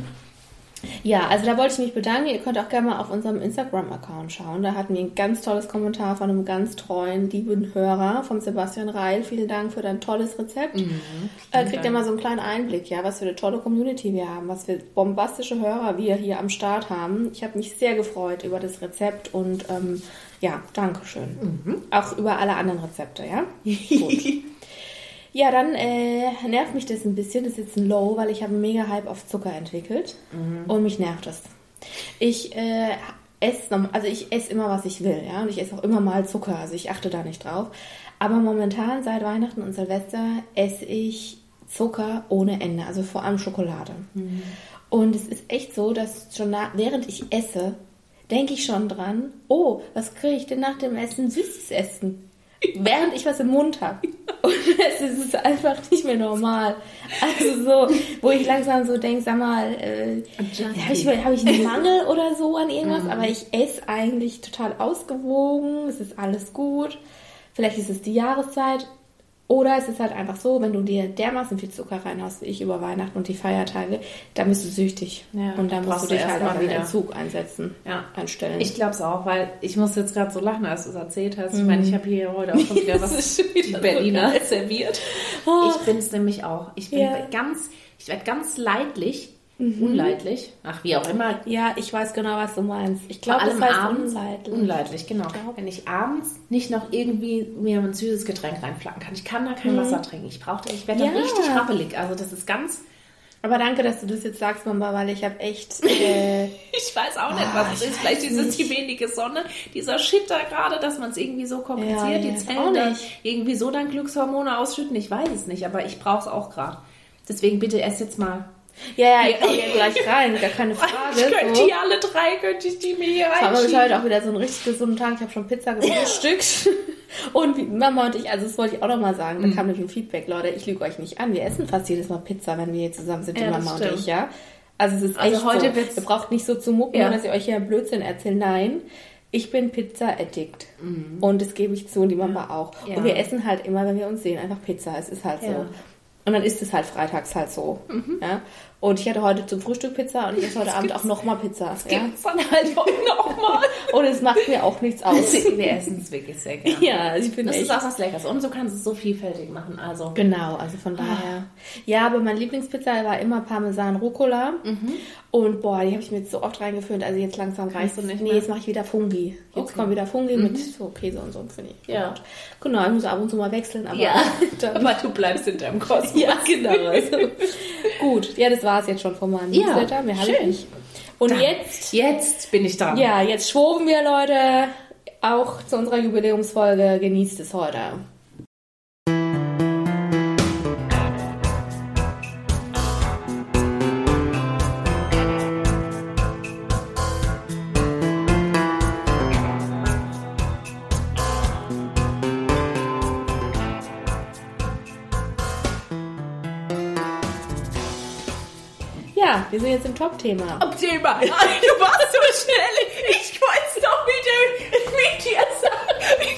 ja, also da wollte ich mich bedanken. Ihr könnt auch gerne mal auf unserem Instagram-Account schauen. Da hatten wir ein ganz tolles Kommentar von einem ganz treuen, lieben Hörer, vom Sebastian Reil. Vielen Dank für dein tolles Rezept. Mhm, äh, kriegt ihr mal so einen kleinen Einblick, ja, was für eine tolle Community wir haben, was für bombastische Hörer wir hier am Start haben. Ich habe mich sehr gefreut über das Rezept und ähm, ja, Dankeschön. Mhm. Auch über alle anderen Rezepte, ja? Gut. Ja, dann äh, nervt mich das ein bisschen. Das ist jetzt ein Low, weil ich habe einen mega Hype auf Zucker entwickelt. Mhm. Und mich nervt das. Ich äh, esse also ich esse immer, was ich will. Ja? Und ich esse auch immer mal Zucker. Also ich achte da nicht drauf. Aber momentan, seit Weihnachten und Silvester, esse ich Zucker ohne Ende. Also vor allem Schokolade. Mhm. Und es ist echt so, dass schon nach, während ich esse, denke ich schon dran, oh, was kriege ich denn nach dem Essen? Süßes Essen. während ich was im Mund habe. Und es ist einfach nicht mehr normal. Also so, wo ich langsam so denke, sag mal, äh, habe ich, hab ich einen Mangel oder so an irgendwas? Mm. Aber ich esse eigentlich total ausgewogen, es ist alles gut. Vielleicht ist es die Jahreszeit. Oder es ist halt einfach so, wenn du dir dermaßen viel Zucker reinhaust, wie ich über Weihnachten und die Feiertage, dann bist du süchtig. Ja, und dann musst du dich halt auf den Entzug einsetzen, ja. einstellen. Ich glaube es auch, weil ich muss jetzt gerade so lachen, als du es erzählt hast. Ich meine, ich habe hier heute auch schon wieder was die Berliner so serviert. Oh. Ich bin es nämlich auch. Ich bin ja. ganz, ich werde ganz leidlich. Mhm. Unleidlich. Ach, wie auch immer. Ja, ich weiß genau, was du meinst. Ich glaube, das heißt abends unleidlich. Unleidlich, genau. Ich Wenn ich abends nicht noch irgendwie mir ein süßes Getränk reinflacken kann. Ich kann da kein mhm. Wasser trinken. Ich brauche, ich werde ja. dann richtig rappelig. Also das ist ganz... Aber danke, dass du das jetzt sagst, Mama, weil ich habe echt... Äh, ich weiß auch nicht, was es ist. Vielleicht diese die wenige Sonne, dieser Shit da gerade, dass man es irgendwie so kompliziert, ja, die Zellen da irgendwie so dann Glückshormone ausschütten. Ich weiß es nicht, aber ich brauche es auch gerade. Deswegen bitte erst jetzt mal... Ja, ja, ich komme ja gleich rein, gar keine Frage. Ich könnte so. Die alle drei, könnte ich die mir hier reinschieben. Ich habe heute auch wieder so einen richtig gesunden Tag. Ich habe schon Pizza gefrühstückt. Und wie Mama und ich, also das wollte ich auch noch mal sagen, da kam nämlich ein Feedback, Leute, ich lüge euch nicht an, wir essen fast jedes Mal Pizza, wenn wir hier zusammen sind, die ja, Mama und ich, ja. Also es ist also echt heute so, ihr braucht nicht so zu mucken, ja. dass ich euch hier Blödsinn erzähle, nein. Ich bin Pizza-Addict. Mhm. Und das gebe ich zu und die Mama auch. Ja. Und wir essen halt immer, wenn wir uns sehen, einfach Pizza. Es ist halt ja. so. Und dann ist es halt freitags halt so. Mhm. Ja? Und ich hatte heute zum Frühstück Pizza und ich esse heute das Abend auch nochmal Pizza. Das ja? gibt's dann halt heute nochmal. Und es macht mir auch nichts aus. Wir essen es wirklich sehr gerne. Ja, also ich bin Das echt... ist auch was Leckeres. Und so kannst du es so vielfältig machen. Also. Genau, also von daher. Ja, aber mein Lieblingspizza war immer Parmesan Rucola. Mhm. Und boah, die habe ich mir jetzt so oft reingeführt. Also jetzt langsam reicht es nicht. Nee, jetzt mache ich wieder Fungi. Jetzt okay. kommt wieder Fungi mhm. mit so Käse und so, finde ich. Ja. Gut. Genau, ich muss ab und zu mal wechseln. Aber, ja, aber du bleibst in deinem Kosmos. Ja, genau. Also. Gut, ja, das war es jetzt schon von meinem ja, Newsletter. Mehr habe ich nicht. Und dann, jetzt... Jetzt bin ich dran. Ja, jetzt schwoben wir, Leute, auch zu unserer Jubiläumsfolge. Genießt es heute. Ja, wir sind jetzt im Top-Thema. Top-Thema. Du warst so schnell. Ich wollte es doch wieder mit dir sagen.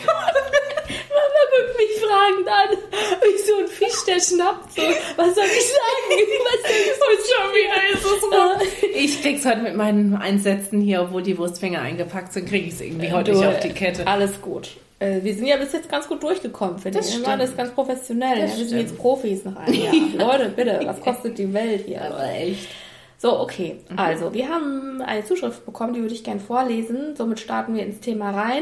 Mama guckt mich fragend an. Wie so ein Fisch, der schnappt. So. Was soll ich sagen? Was denkst du schon wieder? Ist es rum? Ich krieg's heute mit meinen Einsätzen hier, obwohl die Wurstfinger eingepackt sind, kriege ich es irgendwie heute du, nicht auf die Kette. Alles gut. Äh, wir sind ja bis jetzt ganz gut durchgekommen, finde ich. Das ist ganz professionell. Ja, wir sind jetzt Profis nach einem Jahr. Leute, bitte, was kostet die Welt hier? Aber echt. So, okay. Mhm. Also, wir haben eine Zuschrift bekommen, die würde ich gerne vorlesen. Somit starten wir ins Thema rein.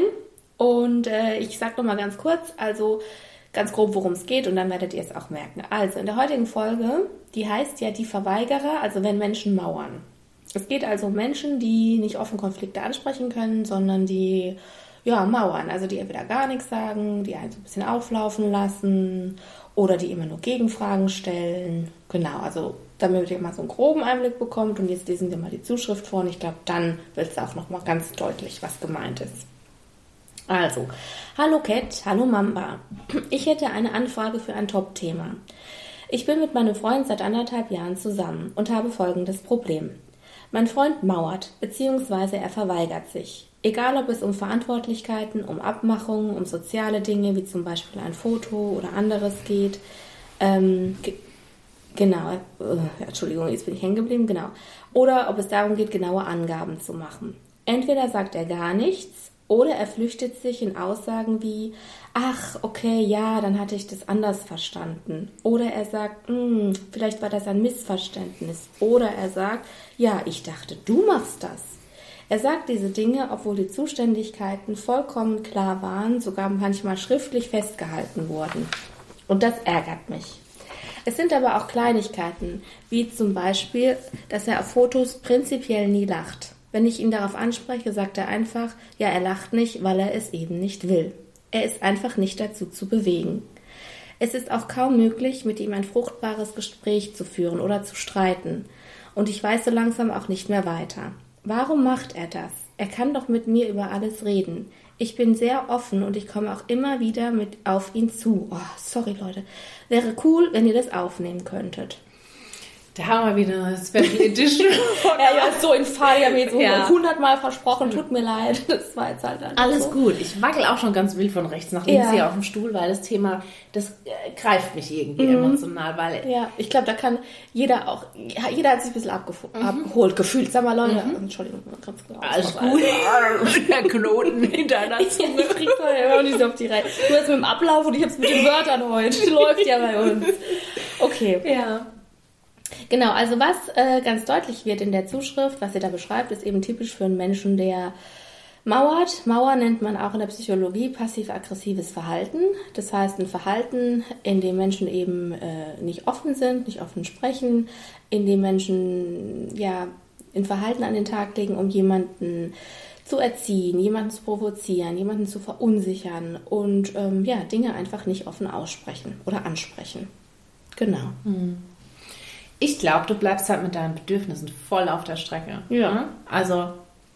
Und äh, ich sage nochmal ganz kurz, also ganz grob, worum es geht und dann werdet ihr es auch merken. Also, in der heutigen Folge, die heißt ja die Verweigerer, also wenn Menschen mauern. Es geht also um Menschen, die nicht offen Konflikte ansprechen können, sondern die, ja, mauern. Also, die entweder gar nichts sagen, die einen so ein bisschen auflaufen lassen oder die immer nur Gegenfragen stellen. Genau, also damit ihr mal so einen groben Einblick bekommt. Und jetzt lesen wir mal die Zuschrift vor und ich glaube, dann wird es auch nochmal ganz deutlich, was gemeint ist. Also, hallo Cat, hallo Mamba. Ich hätte eine Anfrage für ein Top-Thema. Ich bin mit meinem Freund seit anderthalb Jahren zusammen und habe folgendes Problem. Mein Freund mauert, beziehungsweise er verweigert sich. Egal, ob es um Verantwortlichkeiten, um Abmachungen, um soziale Dinge, wie zum Beispiel ein Foto oder anderes geht. Ähm, ge- genau, äh, Entschuldigung, jetzt bin ich hängen geblieben, genau. Oder ob es darum geht, genaue Angaben zu machen. Entweder sagt er gar nichts oder er flüchtet sich in Aussagen wie, ach, okay, ja, dann hatte ich das anders verstanden. Oder er sagt, vielleicht war das ein Missverständnis. Oder er sagt, ja, ich dachte, du machst das. Er sagt diese Dinge, obwohl die Zuständigkeiten vollkommen klar waren, sogar manchmal schriftlich festgehalten wurden. Und das ärgert mich. Es sind aber auch Kleinigkeiten, wie zum Beispiel, dass er auf Fotos prinzipiell nie lacht. Wenn ich ihn darauf anspreche, sagt er einfach, ja, er lacht nicht, weil er es eben nicht will. Er ist einfach nicht dazu zu bewegen. Es ist auch kaum möglich, mit ihm ein fruchtbares Gespräch zu führen oder zu streiten. Und ich weiß so langsam auch nicht mehr weiter. Warum macht er das? Er kann doch mit mir über alles reden. Ich bin sehr offen und ich komme auch immer wieder mit auf ihn zu. Oh, sorry, Leute. Wäre cool, wenn ihr das aufnehmen könntet. Da haben wir wieder eine Special Edition. Ja, ja, so in Fall. Ich habe mir jetzt ja. hundertmal versprochen. Tut mir leid. Das war jetzt halt einfach Alles so. gut. Ich wackel auch schon ganz wild von rechts nach links ja. hier auf dem Stuhl, weil das Thema, das äh, greift mich irgendwie mhm. emotional. Weil ja, ich glaube, da kann jeder auch, jeder hat sich ein bisschen abgef- mhm. abgeholt gefühlt. Sag mal, Leute, mhm. Entschuldigung. Ganz genau, alles gut. Der Knoten hinter der Zunge. Ich krieg's heute auch nicht so auf die Reihe. Du hast mit dem Ablauf und ich hab's mit den Wörtern heute. Läuft ja bei uns. Okay. Ja. Genau, also was äh, ganz deutlich wird in der Zuschrift, was ihr da beschreibt, ist eben typisch für einen Menschen, der mauert. Mauer nennt man auch in der Psychologie passiv-aggressives Verhalten. Das heißt, ein Verhalten, in dem Menschen eben äh, nicht offen sind, nicht offen sprechen, in dem Menschen ja ein Verhalten an den Tag legen, um jemanden zu erziehen, jemanden zu provozieren, jemanden zu verunsichern und ähm, ja, Dinge einfach nicht offen aussprechen oder ansprechen. Genau. Mhm. Ich glaube, du bleibst halt mit deinen Bedürfnissen voll auf der Strecke. Ja. Also,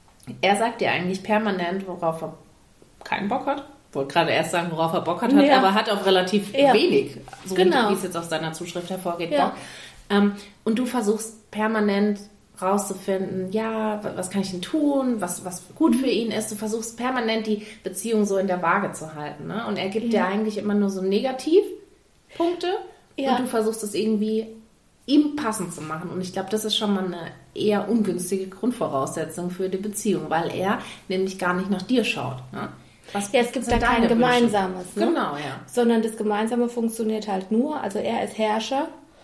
er sagt dir eigentlich permanent, worauf er keinen Bock hat. Ich wollte gerade erst sagen, worauf er Bock hat, hat ja. aber hat auch relativ ja. wenig, so genau. wie es jetzt aus seiner Zuschrift hervorgeht. Ja. Ähm, und du versuchst permanent rauszufinden, ja, was kann ich denn tun, was, was gut für ihn ist. Du versuchst permanent die Beziehung so in der Waage zu halten. Ne? Und er gibt ja. dir eigentlich immer nur so Negativpunkte ja. und du versuchst es irgendwie ihm passend zu machen. Und ich glaube, das ist schon mal eine eher ungünstige Grundvoraussetzung für die Beziehung, weil er nämlich gar nicht nach dir schaut. Ne? Was ja, es gibt da kein Gemeinsames. Ne? Genau, ja. Sondern das Gemeinsame funktioniert halt nur, also er ist Herrscher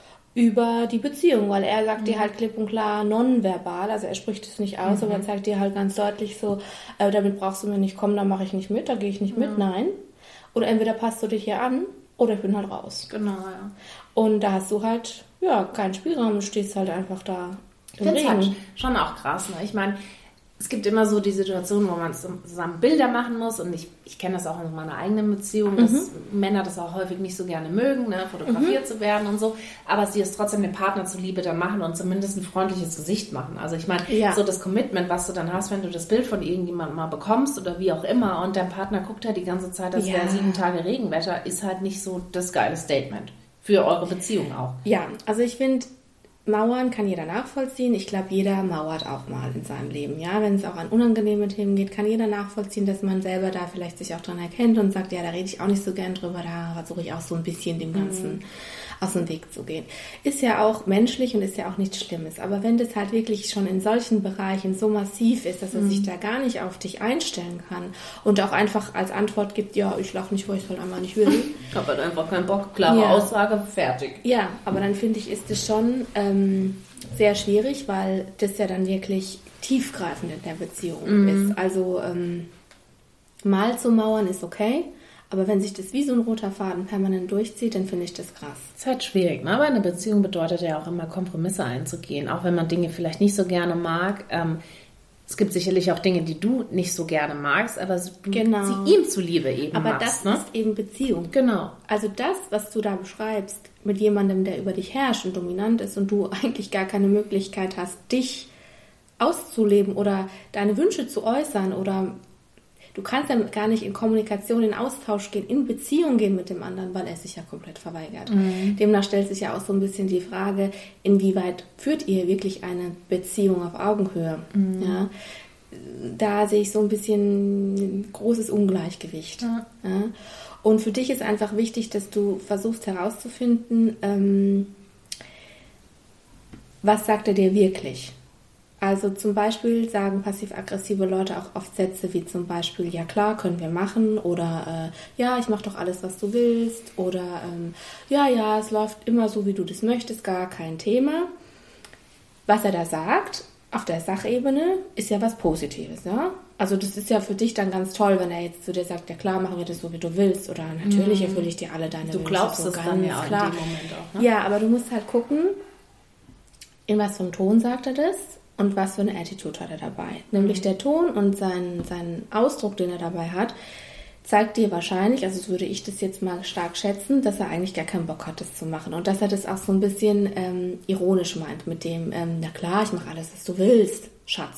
über die Beziehung, weil er sagt mhm. dir halt klipp und klar nonverbal, also er spricht es nicht aus, mhm. aber er zeigt dir halt ganz deutlich so, äh, damit brauchst du mir nicht kommen, da mache ich nicht mit, da gehe ich nicht mhm. mit, nein. Oder entweder passt du dich hier an oder ich bin halt raus. Genau, ja. Und da hast du halt ja, kein Spielraum, du stehst halt einfach da. Ich finde es halt schon auch krass. Ne? Ich meine, es gibt immer so die Situation, wo man zusammen Bilder machen muss und ich, ich kenne das auch in meiner eigenen Beziehung, dass mhm. Männer das auch häufig nicht so gerne mögen, ne? fotografiert mhm. zu werden und so, aber sie es trotzdem dem Partner zuliebe dann machen und zumindest ein freundliches Gesicht machen. Also ich meine, ja. so das Commitment, was du dann hast, wenn du das Bild von irgendjemandem mal bekommst oder wie auch immer und dein Partner guckt halt die ganze Zeit, das ja. wäre sieben Tage Regenwetter, ist halt nicht so das geile Statement. Für eure Beziehung auch. Ja, also ich finde, Mauern kann jeder nachvollziehen. Ich glaube, jeder mauert auch mal in seinem Leben. Ja, wenn es auch an unangenehme Themen geht, kann jeder nachvollziehen, dass man selber da vielleicht sich auch dran erkennt und sagt, ja, da rede ich auch nicht so gern drüber, da versuche ich auch so ein bisschen dem Ganzen mhm. aus dem Weg zu gehen. Ist ja auch menschlich und ist ja auch nichts Schlimmes. Aber wenn das halt wirklich schon in solchen Bereichen so massiv ist, dass er mhm. sich da gar nicht auf dich einstellen kann und auch einfach als Antwort gibt, ja, ich lache nicht, wo ich es halt einmal nicht will. Ich habe halt einfach keinen Bock, klare ja. Aussage, fertig. Ja, aber dann finde ich, ist es schon ähm, sehr schwierig, weil das ja dann wirklich tiefgreifend in der Beziehung mhm. ist. Also ähm, mal zu mauern ist okay, aber wenn sich das wie so ein roter Faden permanent durchzieht, dann finde ich das krass. Das ist halt schwierig, ne? Aber eine Beziehung bedeutet ja auch immer Kompromisse einzugehen, auch wenn man Dinge vielleicht nicht so gerne mag. Ähm, es gibt sicherlich auch Dinge, die du nicht so gerne magst, aber du genau. sie ihm zuliebe eben aber machst. Das ne? ist eben Beziehung. Genau. Also das, was du da beschreibst, mit jemandem, der über dich herrscht und dominant ist und du eigentlich gar keine Möglichkeit hast, dich auszuleben oder deine Wünsche zu äußern oder du kannst dann gar nicht in Kommunikation, in Austausch gehen, in Beziehung gehen mit dem anderen, weil er sich ja komplett verweigert. Mhm. Demnach stellt sich ja auch so ein bisschen die Frage, inwieweit führt ihr wirklich eine Beziehung auf Augenhöhe? Mhm. Ja? Da sehe ich so ein bisschen ein großes Ungleichgewicht. Ja. Ja? Und für dich ist einfach wichtig, dass du versuchst herauszufinden, ähm, was sagt er dir wirklich? Also zum Beispiel sagen passiv-aggressive Leute auch oft Sätze wie zum Beispiel, ja klar, können wir machen oder äh, ja, ich mache doch alles, was du willst oder ähm, ja, ja, es läuft immer so, wie du das möchtest, gar kein Thema. Was er da sagt, auf der Sachebene, ist ja was Positives, ja? Also das ist ja für dich dann ganz toll, wenn er jetzt zu dir sagt, ja klar, machen wir das so, wie du willst oder natürlich mhm. erfülle ich dir alle deine du Wünsche. Du glaubst so es ganz dann ja auch klar. in dem Moment auch, ne? Ja, aber du musst halt gucken, in was für einem Ton sagt er das und was für eine Attitude hat er dabei. Nämlich der Ton und sein, sein Ausdruck, den er dabei hat, zeigt dir wahrscheinlich, also so würde ich das jetzt mal stark schätzen, dass er eigentlich gar keinen Bock hat, das zu machen. Und dass er das auch so ein bisschen ähm, ironisch meint mit dem, ähm, na klar, ich mache alles, was du willst, Schatz.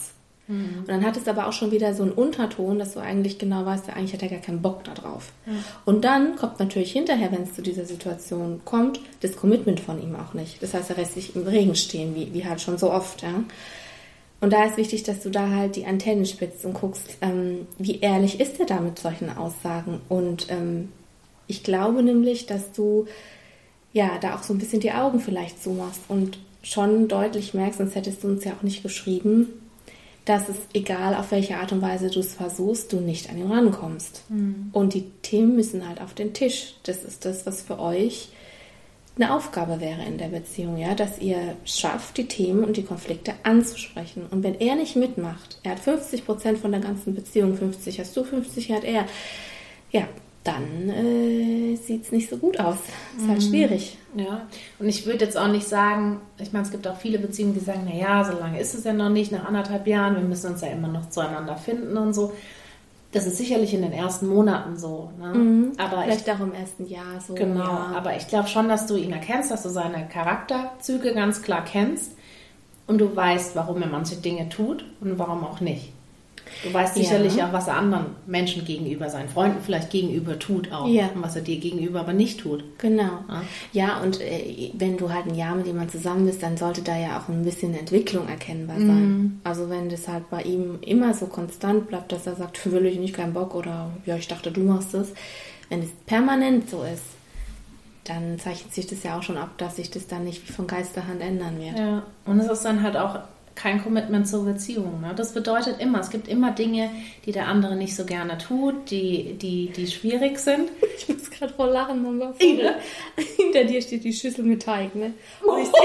Mhm. Und dann hat es aber auch schon wieder so einen Unterton, dass du eigentlich genau weißt, eigentlich hat er gar keinen Bock da drauf. Mhm. Und dann kommt natürlich hinterher, wenn es zu dieser Situation kommt, das Commitment von ihm auch nicht. Das heißt, er lässt sich im Regen stehen, wie, wie halt schon so oft. Ja? Und da ist wichtig, dass du da halt die Antennen spitzt und guckst, ähm, wie ehrlich ist er da mit solchen Aussagen. Und ähm, ich glaube nämlich, dass du ja da auch so ein bisschen die Augen vielleicht zumachst und schon deutlich merkst, sonst hättest du uns ja auch nicht geschrieben, dass es, egal auf welche Art und Weise du es versuchst, du nicht an ihn rankommst. Mhm. Und die Themen müssen halt auf den Tisch. Das ist das, was für euch eine Aufgabe wäre in der Beziehung, ja, dass ihr schafft, die Themen und die Konflikte anzusprechen. Und wenn er nicht mitmacht, er hat fünfzig Prozent von der ganzen Beziehung, fünfzig hast du, fünfzig hat er, ja, dann äh, sieht es nicht so gut aus. Ist mhm. halt schwierig. Ja, und ich würde jetzt auch nicht sagen, ich meine, es gibt auch viele Beziehungen, die sagen, naja, so lange ist es ja noch nicht, nach anderthalb Jahren, wir müssen uns ja immer noch zueinander finden und so. Das ist sicherlich in den ersten Monaten so. Ne? Mhm. Aber vielleicht ich, auch im ersten Jahr so. Genau, ja. Aber ich glaube schon, dass du ihn erkennst, dass du seine Charakterzüge ganz klar kennst und du weißt, warum er manche Dinge tut und warum auch nicht. Du weißt sicherlich ja. auch, was er anderen Menschen gegenüber, seinen Freunden vielleicht gegenüber tut auch. Ja. Und was er dir gegenüber aber nicht tut. Genau. Ja, ja und äh, wenn du halt ein Jahr mit jemandem zusammen bist, dann sollte da ja auch ein bisschen Entwicklung erkennbar sein. Mhm. Also wenn das halt bei ihm immer so konstant bleibt, dass er sagt, will ich nicht, keinen Bock oder ja, ich dachte, du machst das. Wenn es permanent so ist, dann zeichnet sich das ja auch schon ab, dass sich das dann nicht wie von Geisterhand ändern wird. Ja, und es ist dann halt auch kein Commitment zur Beziehung. Ne? Das bedeutet immer, es gibt immer Dinge, die der andere nicht so gerne tut, die, die, die schwierig sind. Ich muss gerade voll lachen, Mama. Ja. Hinter dir steht die Schüssel mit Teig, ne? Und ich,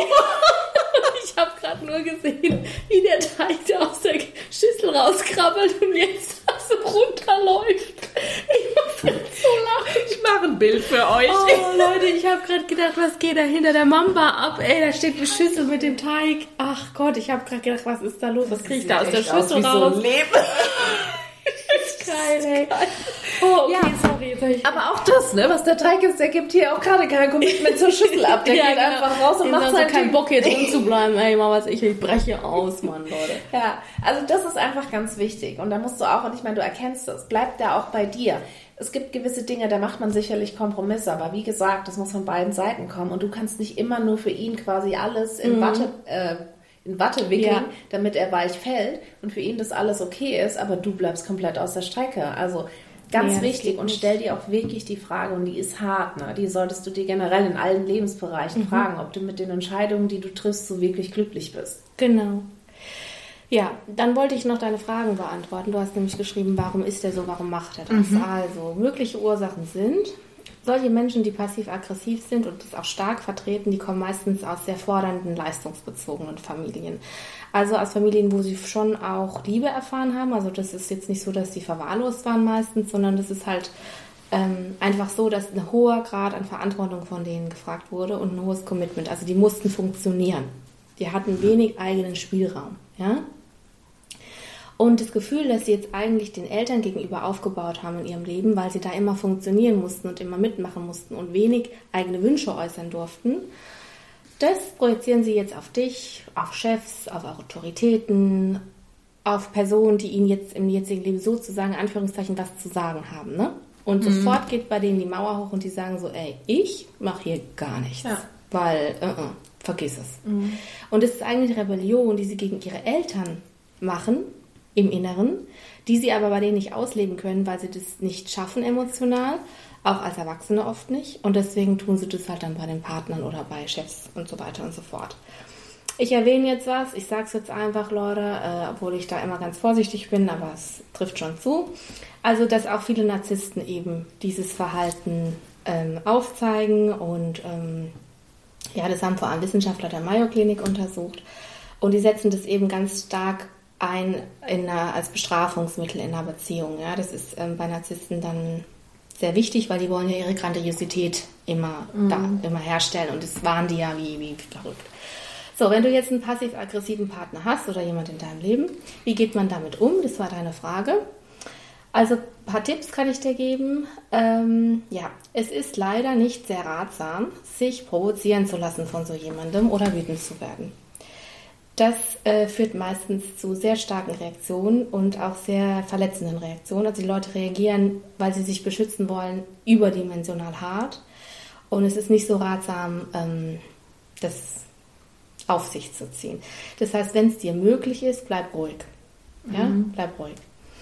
ich habe gerade nur gesehen, wie der Teig da aus der Schüssel rauskrabbelt und jetzt so runterläuft. Ich muss so lachen. Ich mache ein Bild für euch. Oh Leute, ich habe gerade gedacht, was geht da hinter der Mamba ab? Ey, da steht eine Schüssel mit dem Teig. Ach Gott, ich habe gerade gedacht, was ist da los? Was kriege ich da aus der Schüssel aus raus? So ein Leben. Das ist geil, ey. Oh, okay, ja. sorry. Jetzt ich Aber auch das, ne, was der Teig ist, der gibt hier auch gerade kein Commitment zur Schüssel ab. Der ja, geht genau. einfach raus und ich macht also seinen keinen Ding. Bock hier drin zu bleiben. Ey, mal was ich, ich breche aus, Mann, Leute. Ja, also das ist einfach ganz wichtig. Und da musst du auch, und ich meine, du erkennst das, bleibt da auch bei dir. Es gibt gewisse Dinge, da macht man sicherlich Kompromisse, aber wie gesagt, das muss von beiden Seiten kommen und du kannst nicht immer nur für ihn quasi alles in Mhm. Watte, äh, in Watte wickeln, Ja. damit er weich fällt und für ihn das alles okay ist, aber du bleibst komplett aus der Strecke. Also ganz Ja, wichtig und stell dir auch wirklich die Frage, und die ist hart, ne? Die solltest du dir generell in allen Lebensbereichen Mhm. fragen, ob du mit den Entscheidungen, die du triffst, so wirklich glücklich bist. Genau. Ja, dann wollte ich noch deine Fragen beantworten. Du hast nämlich geschrieben, warum ist er so, warum macht er das? Mhm. Also, mögliche Ursachen sind, solche Menschen, die passiv-aggressiv sind und das auch stark vertreten, die kommen meistens aus sehr fordernden, leistungsbezogenen Familien. Also aus Familien, wo sie schon auch Liebe erfahren haben. Also das ist jetzt nicht so, dass sie verwahrlost waren meistens, sondern das ist halt ähm, einfach so, dass ein hoher Grad an Verantwortung von denen gefragt wurde und ein hohes Commitment. Also die mussten funktionieren. Die hatten wenig eigenen Spielraum, ja. Und das Gefühl, dass sie jetzt eigentlich den Eltern gegenüber aufgebaut haben in ihrem Leben, weil sie da immer funktionieren mussten und immer mitmachen mussten und wenig eigene Wünsche äußern durften, das projizieren sie jetzt auf dich, auf Chefs, auf Autoritäten, auf Personen, die ihnen jetzt im jetzigen Leben sozusagen, in Anführungszeichen, was zu sagen haben. Ne? Und mhm. sofort geht bei denen die Mauer hoch und die sagen so, ey, ich mache hier gar nichts, ja. weil, uh -uh, vergiss es. Mhm. Und es ist eigentlich eine Rebellion, die sie gegen ihre Eltern machen, im Inneren, die sie aber bei denen nicht ausleben können, weil sie das nicht schaffen emotional, auch als Erwachsene oft nicht. Und deswegen tun sie das halt dann bei den Partnern oder bei Chefs und so weiter und so fort. Ich erwähne jetzt was, ich sage es jetzt einfach, Leute, äh, obwohl ich da immer ganz vorsichtig bin, aber es trifft schon zu. Also, dass auch viele Narzissten eben dieses Verhalten ähm, aufzeigen und ähm, ja, das haben vor allem Wissenschaftler der Mayo Klinik untersucht und die setzen das eben ganz stark ein in einer, als Bestrafungsmittel in einer Beziehung. Ja? Das ist ähm, bei Narzissten dann sehr wichtig, weil die wollen ja ihre Grandiosität immer, mhm. da, immer herstellen und das waren die ja wie, wie verrückt. So, wenn du jetzt einen passiv-aggressiven Partner hast oder jemand in deinem Leben, wie geht man damit um? Das war deine Frage. Also ein paar Tipps kann ich dir geben. Ähm, ja, es ist leider nicht sehr ratsam, sich provozieren zu lassen von so jemandem oder wütend zu werden. Das äh, führt meistens zu sehr starken Reaktionen und auch sehr verletzenden Reaktionen. Also die Leute reagieren, weil sie sich beschützen wollen, überdimensional hart. Und es ist nicht so ratsam, ähm, das auf sich zu ziehen. Das heißt, wenn es dir möglich ist, bleib ruhig. Ja, mhm. bleib ruhig.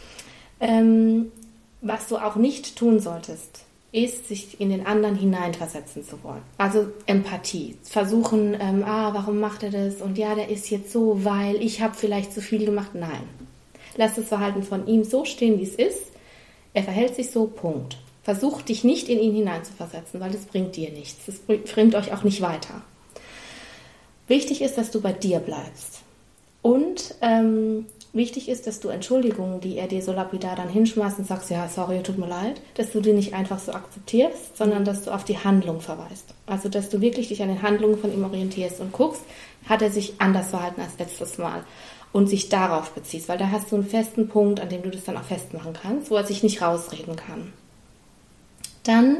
Ähm, was du auch nicht tun solltest, ist, sich in den anderen hineinversetzen zu wollen. Also Empathie. Versuchen, ähm, ah, warum macht er das? Und ja, der ist jetzt so, weil ich habe vielleicht zu viel gemacht. Nein. Lass das Verhalten von ihm so stehen, wie es ist. Er verhält sich so, Punkt. Versuch dich nicht in ihn hineinzuversetzen, weil das bringt dir nichts. Das bringt euch auch nicht weiter. Wichtig ist, dass du bei dir bleibst. Und ähm, wichtig ist, dass du Entschuldigungen, die er dir so lapidar dann hinschmeißt und sagst, ja, sorry, tut mir leid, dass du die nicht einfach so akzeptierst, sondern dass du auf die Handlung verweist. Also, dass du wirklich dich an den Handlungen von ihm orientierst und guckst, hat er sich anders verhalten als letztes Mal und sich darauf beziehst, weil da hast du einen festen Punkt, an dem du das dann auch festmachen kannst, wo er sich nicht rausreden kann. Dann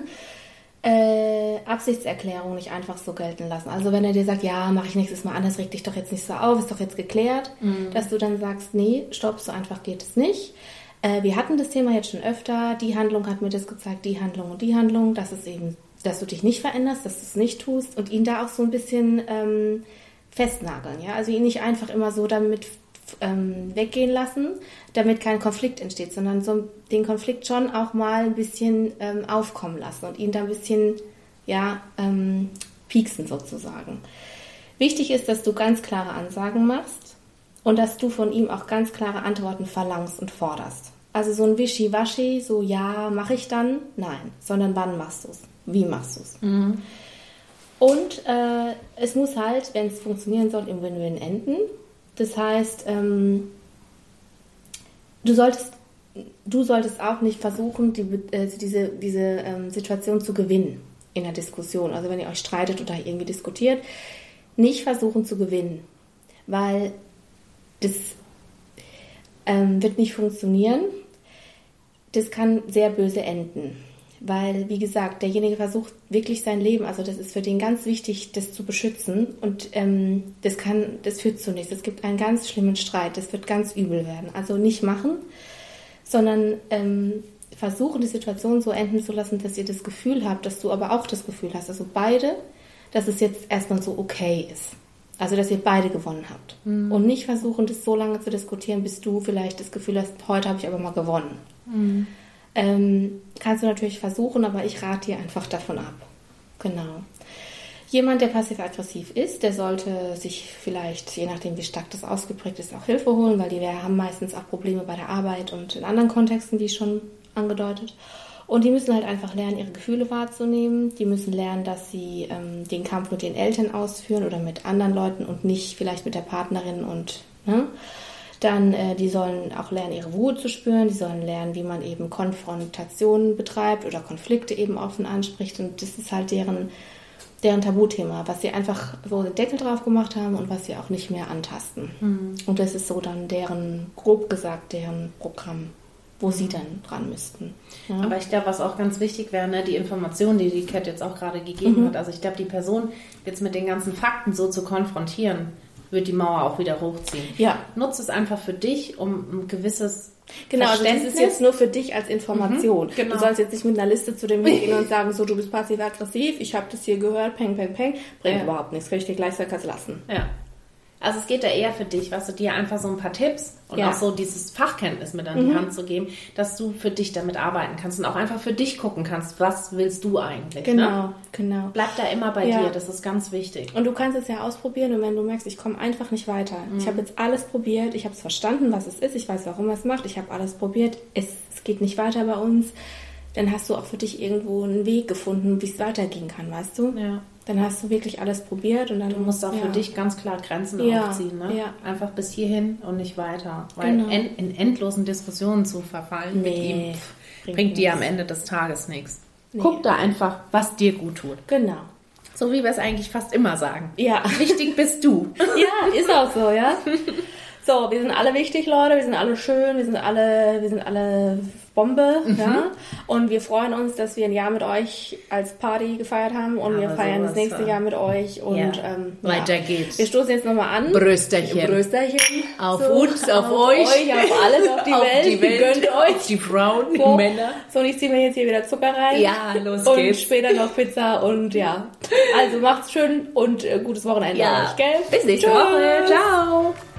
Äh, Absichtserklärung nicht einfach so gelten lassen. Also wenn er dir sagt, ja, mache ich nächstes Mal anders, reg dich doch jetzt nicht so auf, ist doch jetzt geklärt, mhm. dass du dann sagst, nee, stopp, so einfach geht es nicht. Äh, wir hatten das Thema jetzt schon öfter, die Handlung hat mir das gezeigt, die Handlung und die Handlung, dass es eben, dass du dich nicht veränderst, dass du es nicht tust und ihn da auch so ein bisschen ähm, festnageln, ja, also ihn nicht einfach immer so damit ähm, weggehen lassen, damit kein Konflikt entsteht, sondern so den Konflikt schon auch mal ein bisschen ähm, aufkommen lassen und ihn da ein bisschen, ja, ähm, pieksen sozusagen. Wichtig ist, dass du ganz klare Ansagen machst und dass du von ihm auch ganz klare Antworten verlangst und forderst. Also so ein Wischiwaschi, so ja, mache ich dann? Nein, sondern wann machst du es? Wie machst du es? Mhm. Und äh, es muss halt, wenn es funktionieren soll, im Win-Win enden. Das heißt, ähm, du solltest, du solltest auch nicht versuchen, die, äh, diese, diese ähm, Situation zu gewinnen in der Diskussion. Also wenn ihr euch streitet oder irgendwie diskutiert, nicht versuchen zu gewinnen, weil das ähm, wird nicht funktionieren. Das kann sehr böse enden. Weil, wie gesagt, derjenige versucht wirklich sein Leben, also das ist für den ganz wichtig, das zu beschützen und ähm, das kann, das führt zu nichts. Es gibt einen ganz schlimmen Streit, das wird ganz übel werden. Also nicht machen, sondern ähm, versuchen, die Situation so enden zu lassen, dass ihr das Gefühl habt, dass du aber auch das Gefühl hast, also beide, dass es jetzt erstmal so okay ist. Also, dass ihr beide gewonnen habt. Mhm. Und nicht versuchen, das so lange zu diskutieren, bis du vielleicht das Gefühl hast, heute habe ich aber mal gewonnen. Mhm. Ähm, kannst du natürlich versuchen, aber ich rate dir einfach davon ab. Genau. Jemand, der passiv-aggressiv ist, der sollte sich vielleicht, je nachdem wie stark das ausgeprägt ist, auch Hilfe holen, weil die haben meistens auch Probleme bei der Arbeit und in anderen Kontexten, wie schon angedeutet. Und die müssen halt einfach lernen, ihre Gefühle wahrzunehmen. Die müssen lernen, dass sie ähm, den Kampf mit den Eltern ausführen oder mit anderen Leuten und nicht vielleicht mit der Partnerin und, ne? Dann, äh, die sollen auch lernen, ihre Wut zu spüren. Die sollen lernen, wie man eben Konfrontationen betreibt oder Konflikte eben offen anspricht. Und das ist halt deren, deren Tabuthema, was sie einfach so den Deckel drauf gemacht haben und was sie auch nicht mehr antasten. Mhm. Und das ist so dann deren, grob gesagt, deren Programm, wo sie dann dran müssten. Ja. Aber ich glaube, was auch ganz wichtig wäre, ne, die Information, die die Kat jetzt auch gerade gegeben mhm. hat. Also ich glaube, die Person jetzt mit den ganzen Fakten so zu konfrontieren, wird die Mauer auch wieder hochziehen. Ja. Nutze es einfach für dich, um ein gewisses Genau, also das ist jetzt nur für dich als Information. Mhm, genau. Du sollst jetzt nicht mit einer Liste zu dem gehen und sagen, so, du bist passiv-aggressiv, ich habe das hier gehört, peng, peng, peng. Bringt ja. überhaupt nichts, kann ich dir gleich sagen, kannst lassen. Ja. Also es geht da eher für dich, weißt du, dir einfach so ein paar Tipps und ja. auch so dieses Fachkenntnis mit an die mhm. Hand zu geben, dass du für dich damit arbeiten kannst und auch einfach für dich gucken kannst, was willst du eigentlich. Genau, ne? genau. Bleib da immer bei ja. dir, das ist ganz wichtig. Und du kannst es ja ausprobieren und wenn du merkst, ich komme einfach nicht weiter. Mhm. Ich habe jetzt alles probiert, ich habe es verstanden, was es ist, ich weiß, warum er es macht, ich habe alles probiert, es, es geht nicht weiter bei uns, dann hast du auch für dich irgendwo einen Weg gefunden, wie es weitergehen kann, weißt du? Ja. Dann hast du wirklich alles probiert und dann... Du musst auch ja. für dich ganz klar Grenzen ja. aufziehen, ne? Ja. Einfach bis hierhin und nicht weiter. Weil genau. en, in endlosen Diskussionen zu verfallen nee, mit ihm bringt, bringt dir am Ende des Tages nichts. Nee. Guck da einfach, was dir gut tut. Genau. So wie wir es eigentlich fast immer sagen. Ja. Wichtig bist du. Ja, ist auch so, ja. So, wir sind alle wichtig, Leute. Wir sind alle schön. Wir sind alle, wir sind alle Bombe. Mhm. Ja? Und wir freuen uns, dass wir ein Jahr mit euch als Party gefeiert haben und ja, wir feiern das nächste Jahr mit euch. Und ja. ähm, weiter ja. geht's. Wir stoßen jetzt nochmal an. Brösterchen. Brösterchen. Auf so, uns, auf, auf euch. euch. Auf alles, auf die auf Welt. Die Welt. Gönnt euch. Auf die Frauen, die so. Männer. So, und ich ziehe mir jetzt hier wieder Zucker rein. Ja, los und geht's. Und später noch Pizza und ja. Also macht's schön und äh, gutes Wochenende ja. euch, gell? Bis nächste Tschüss. Woche. Ciao.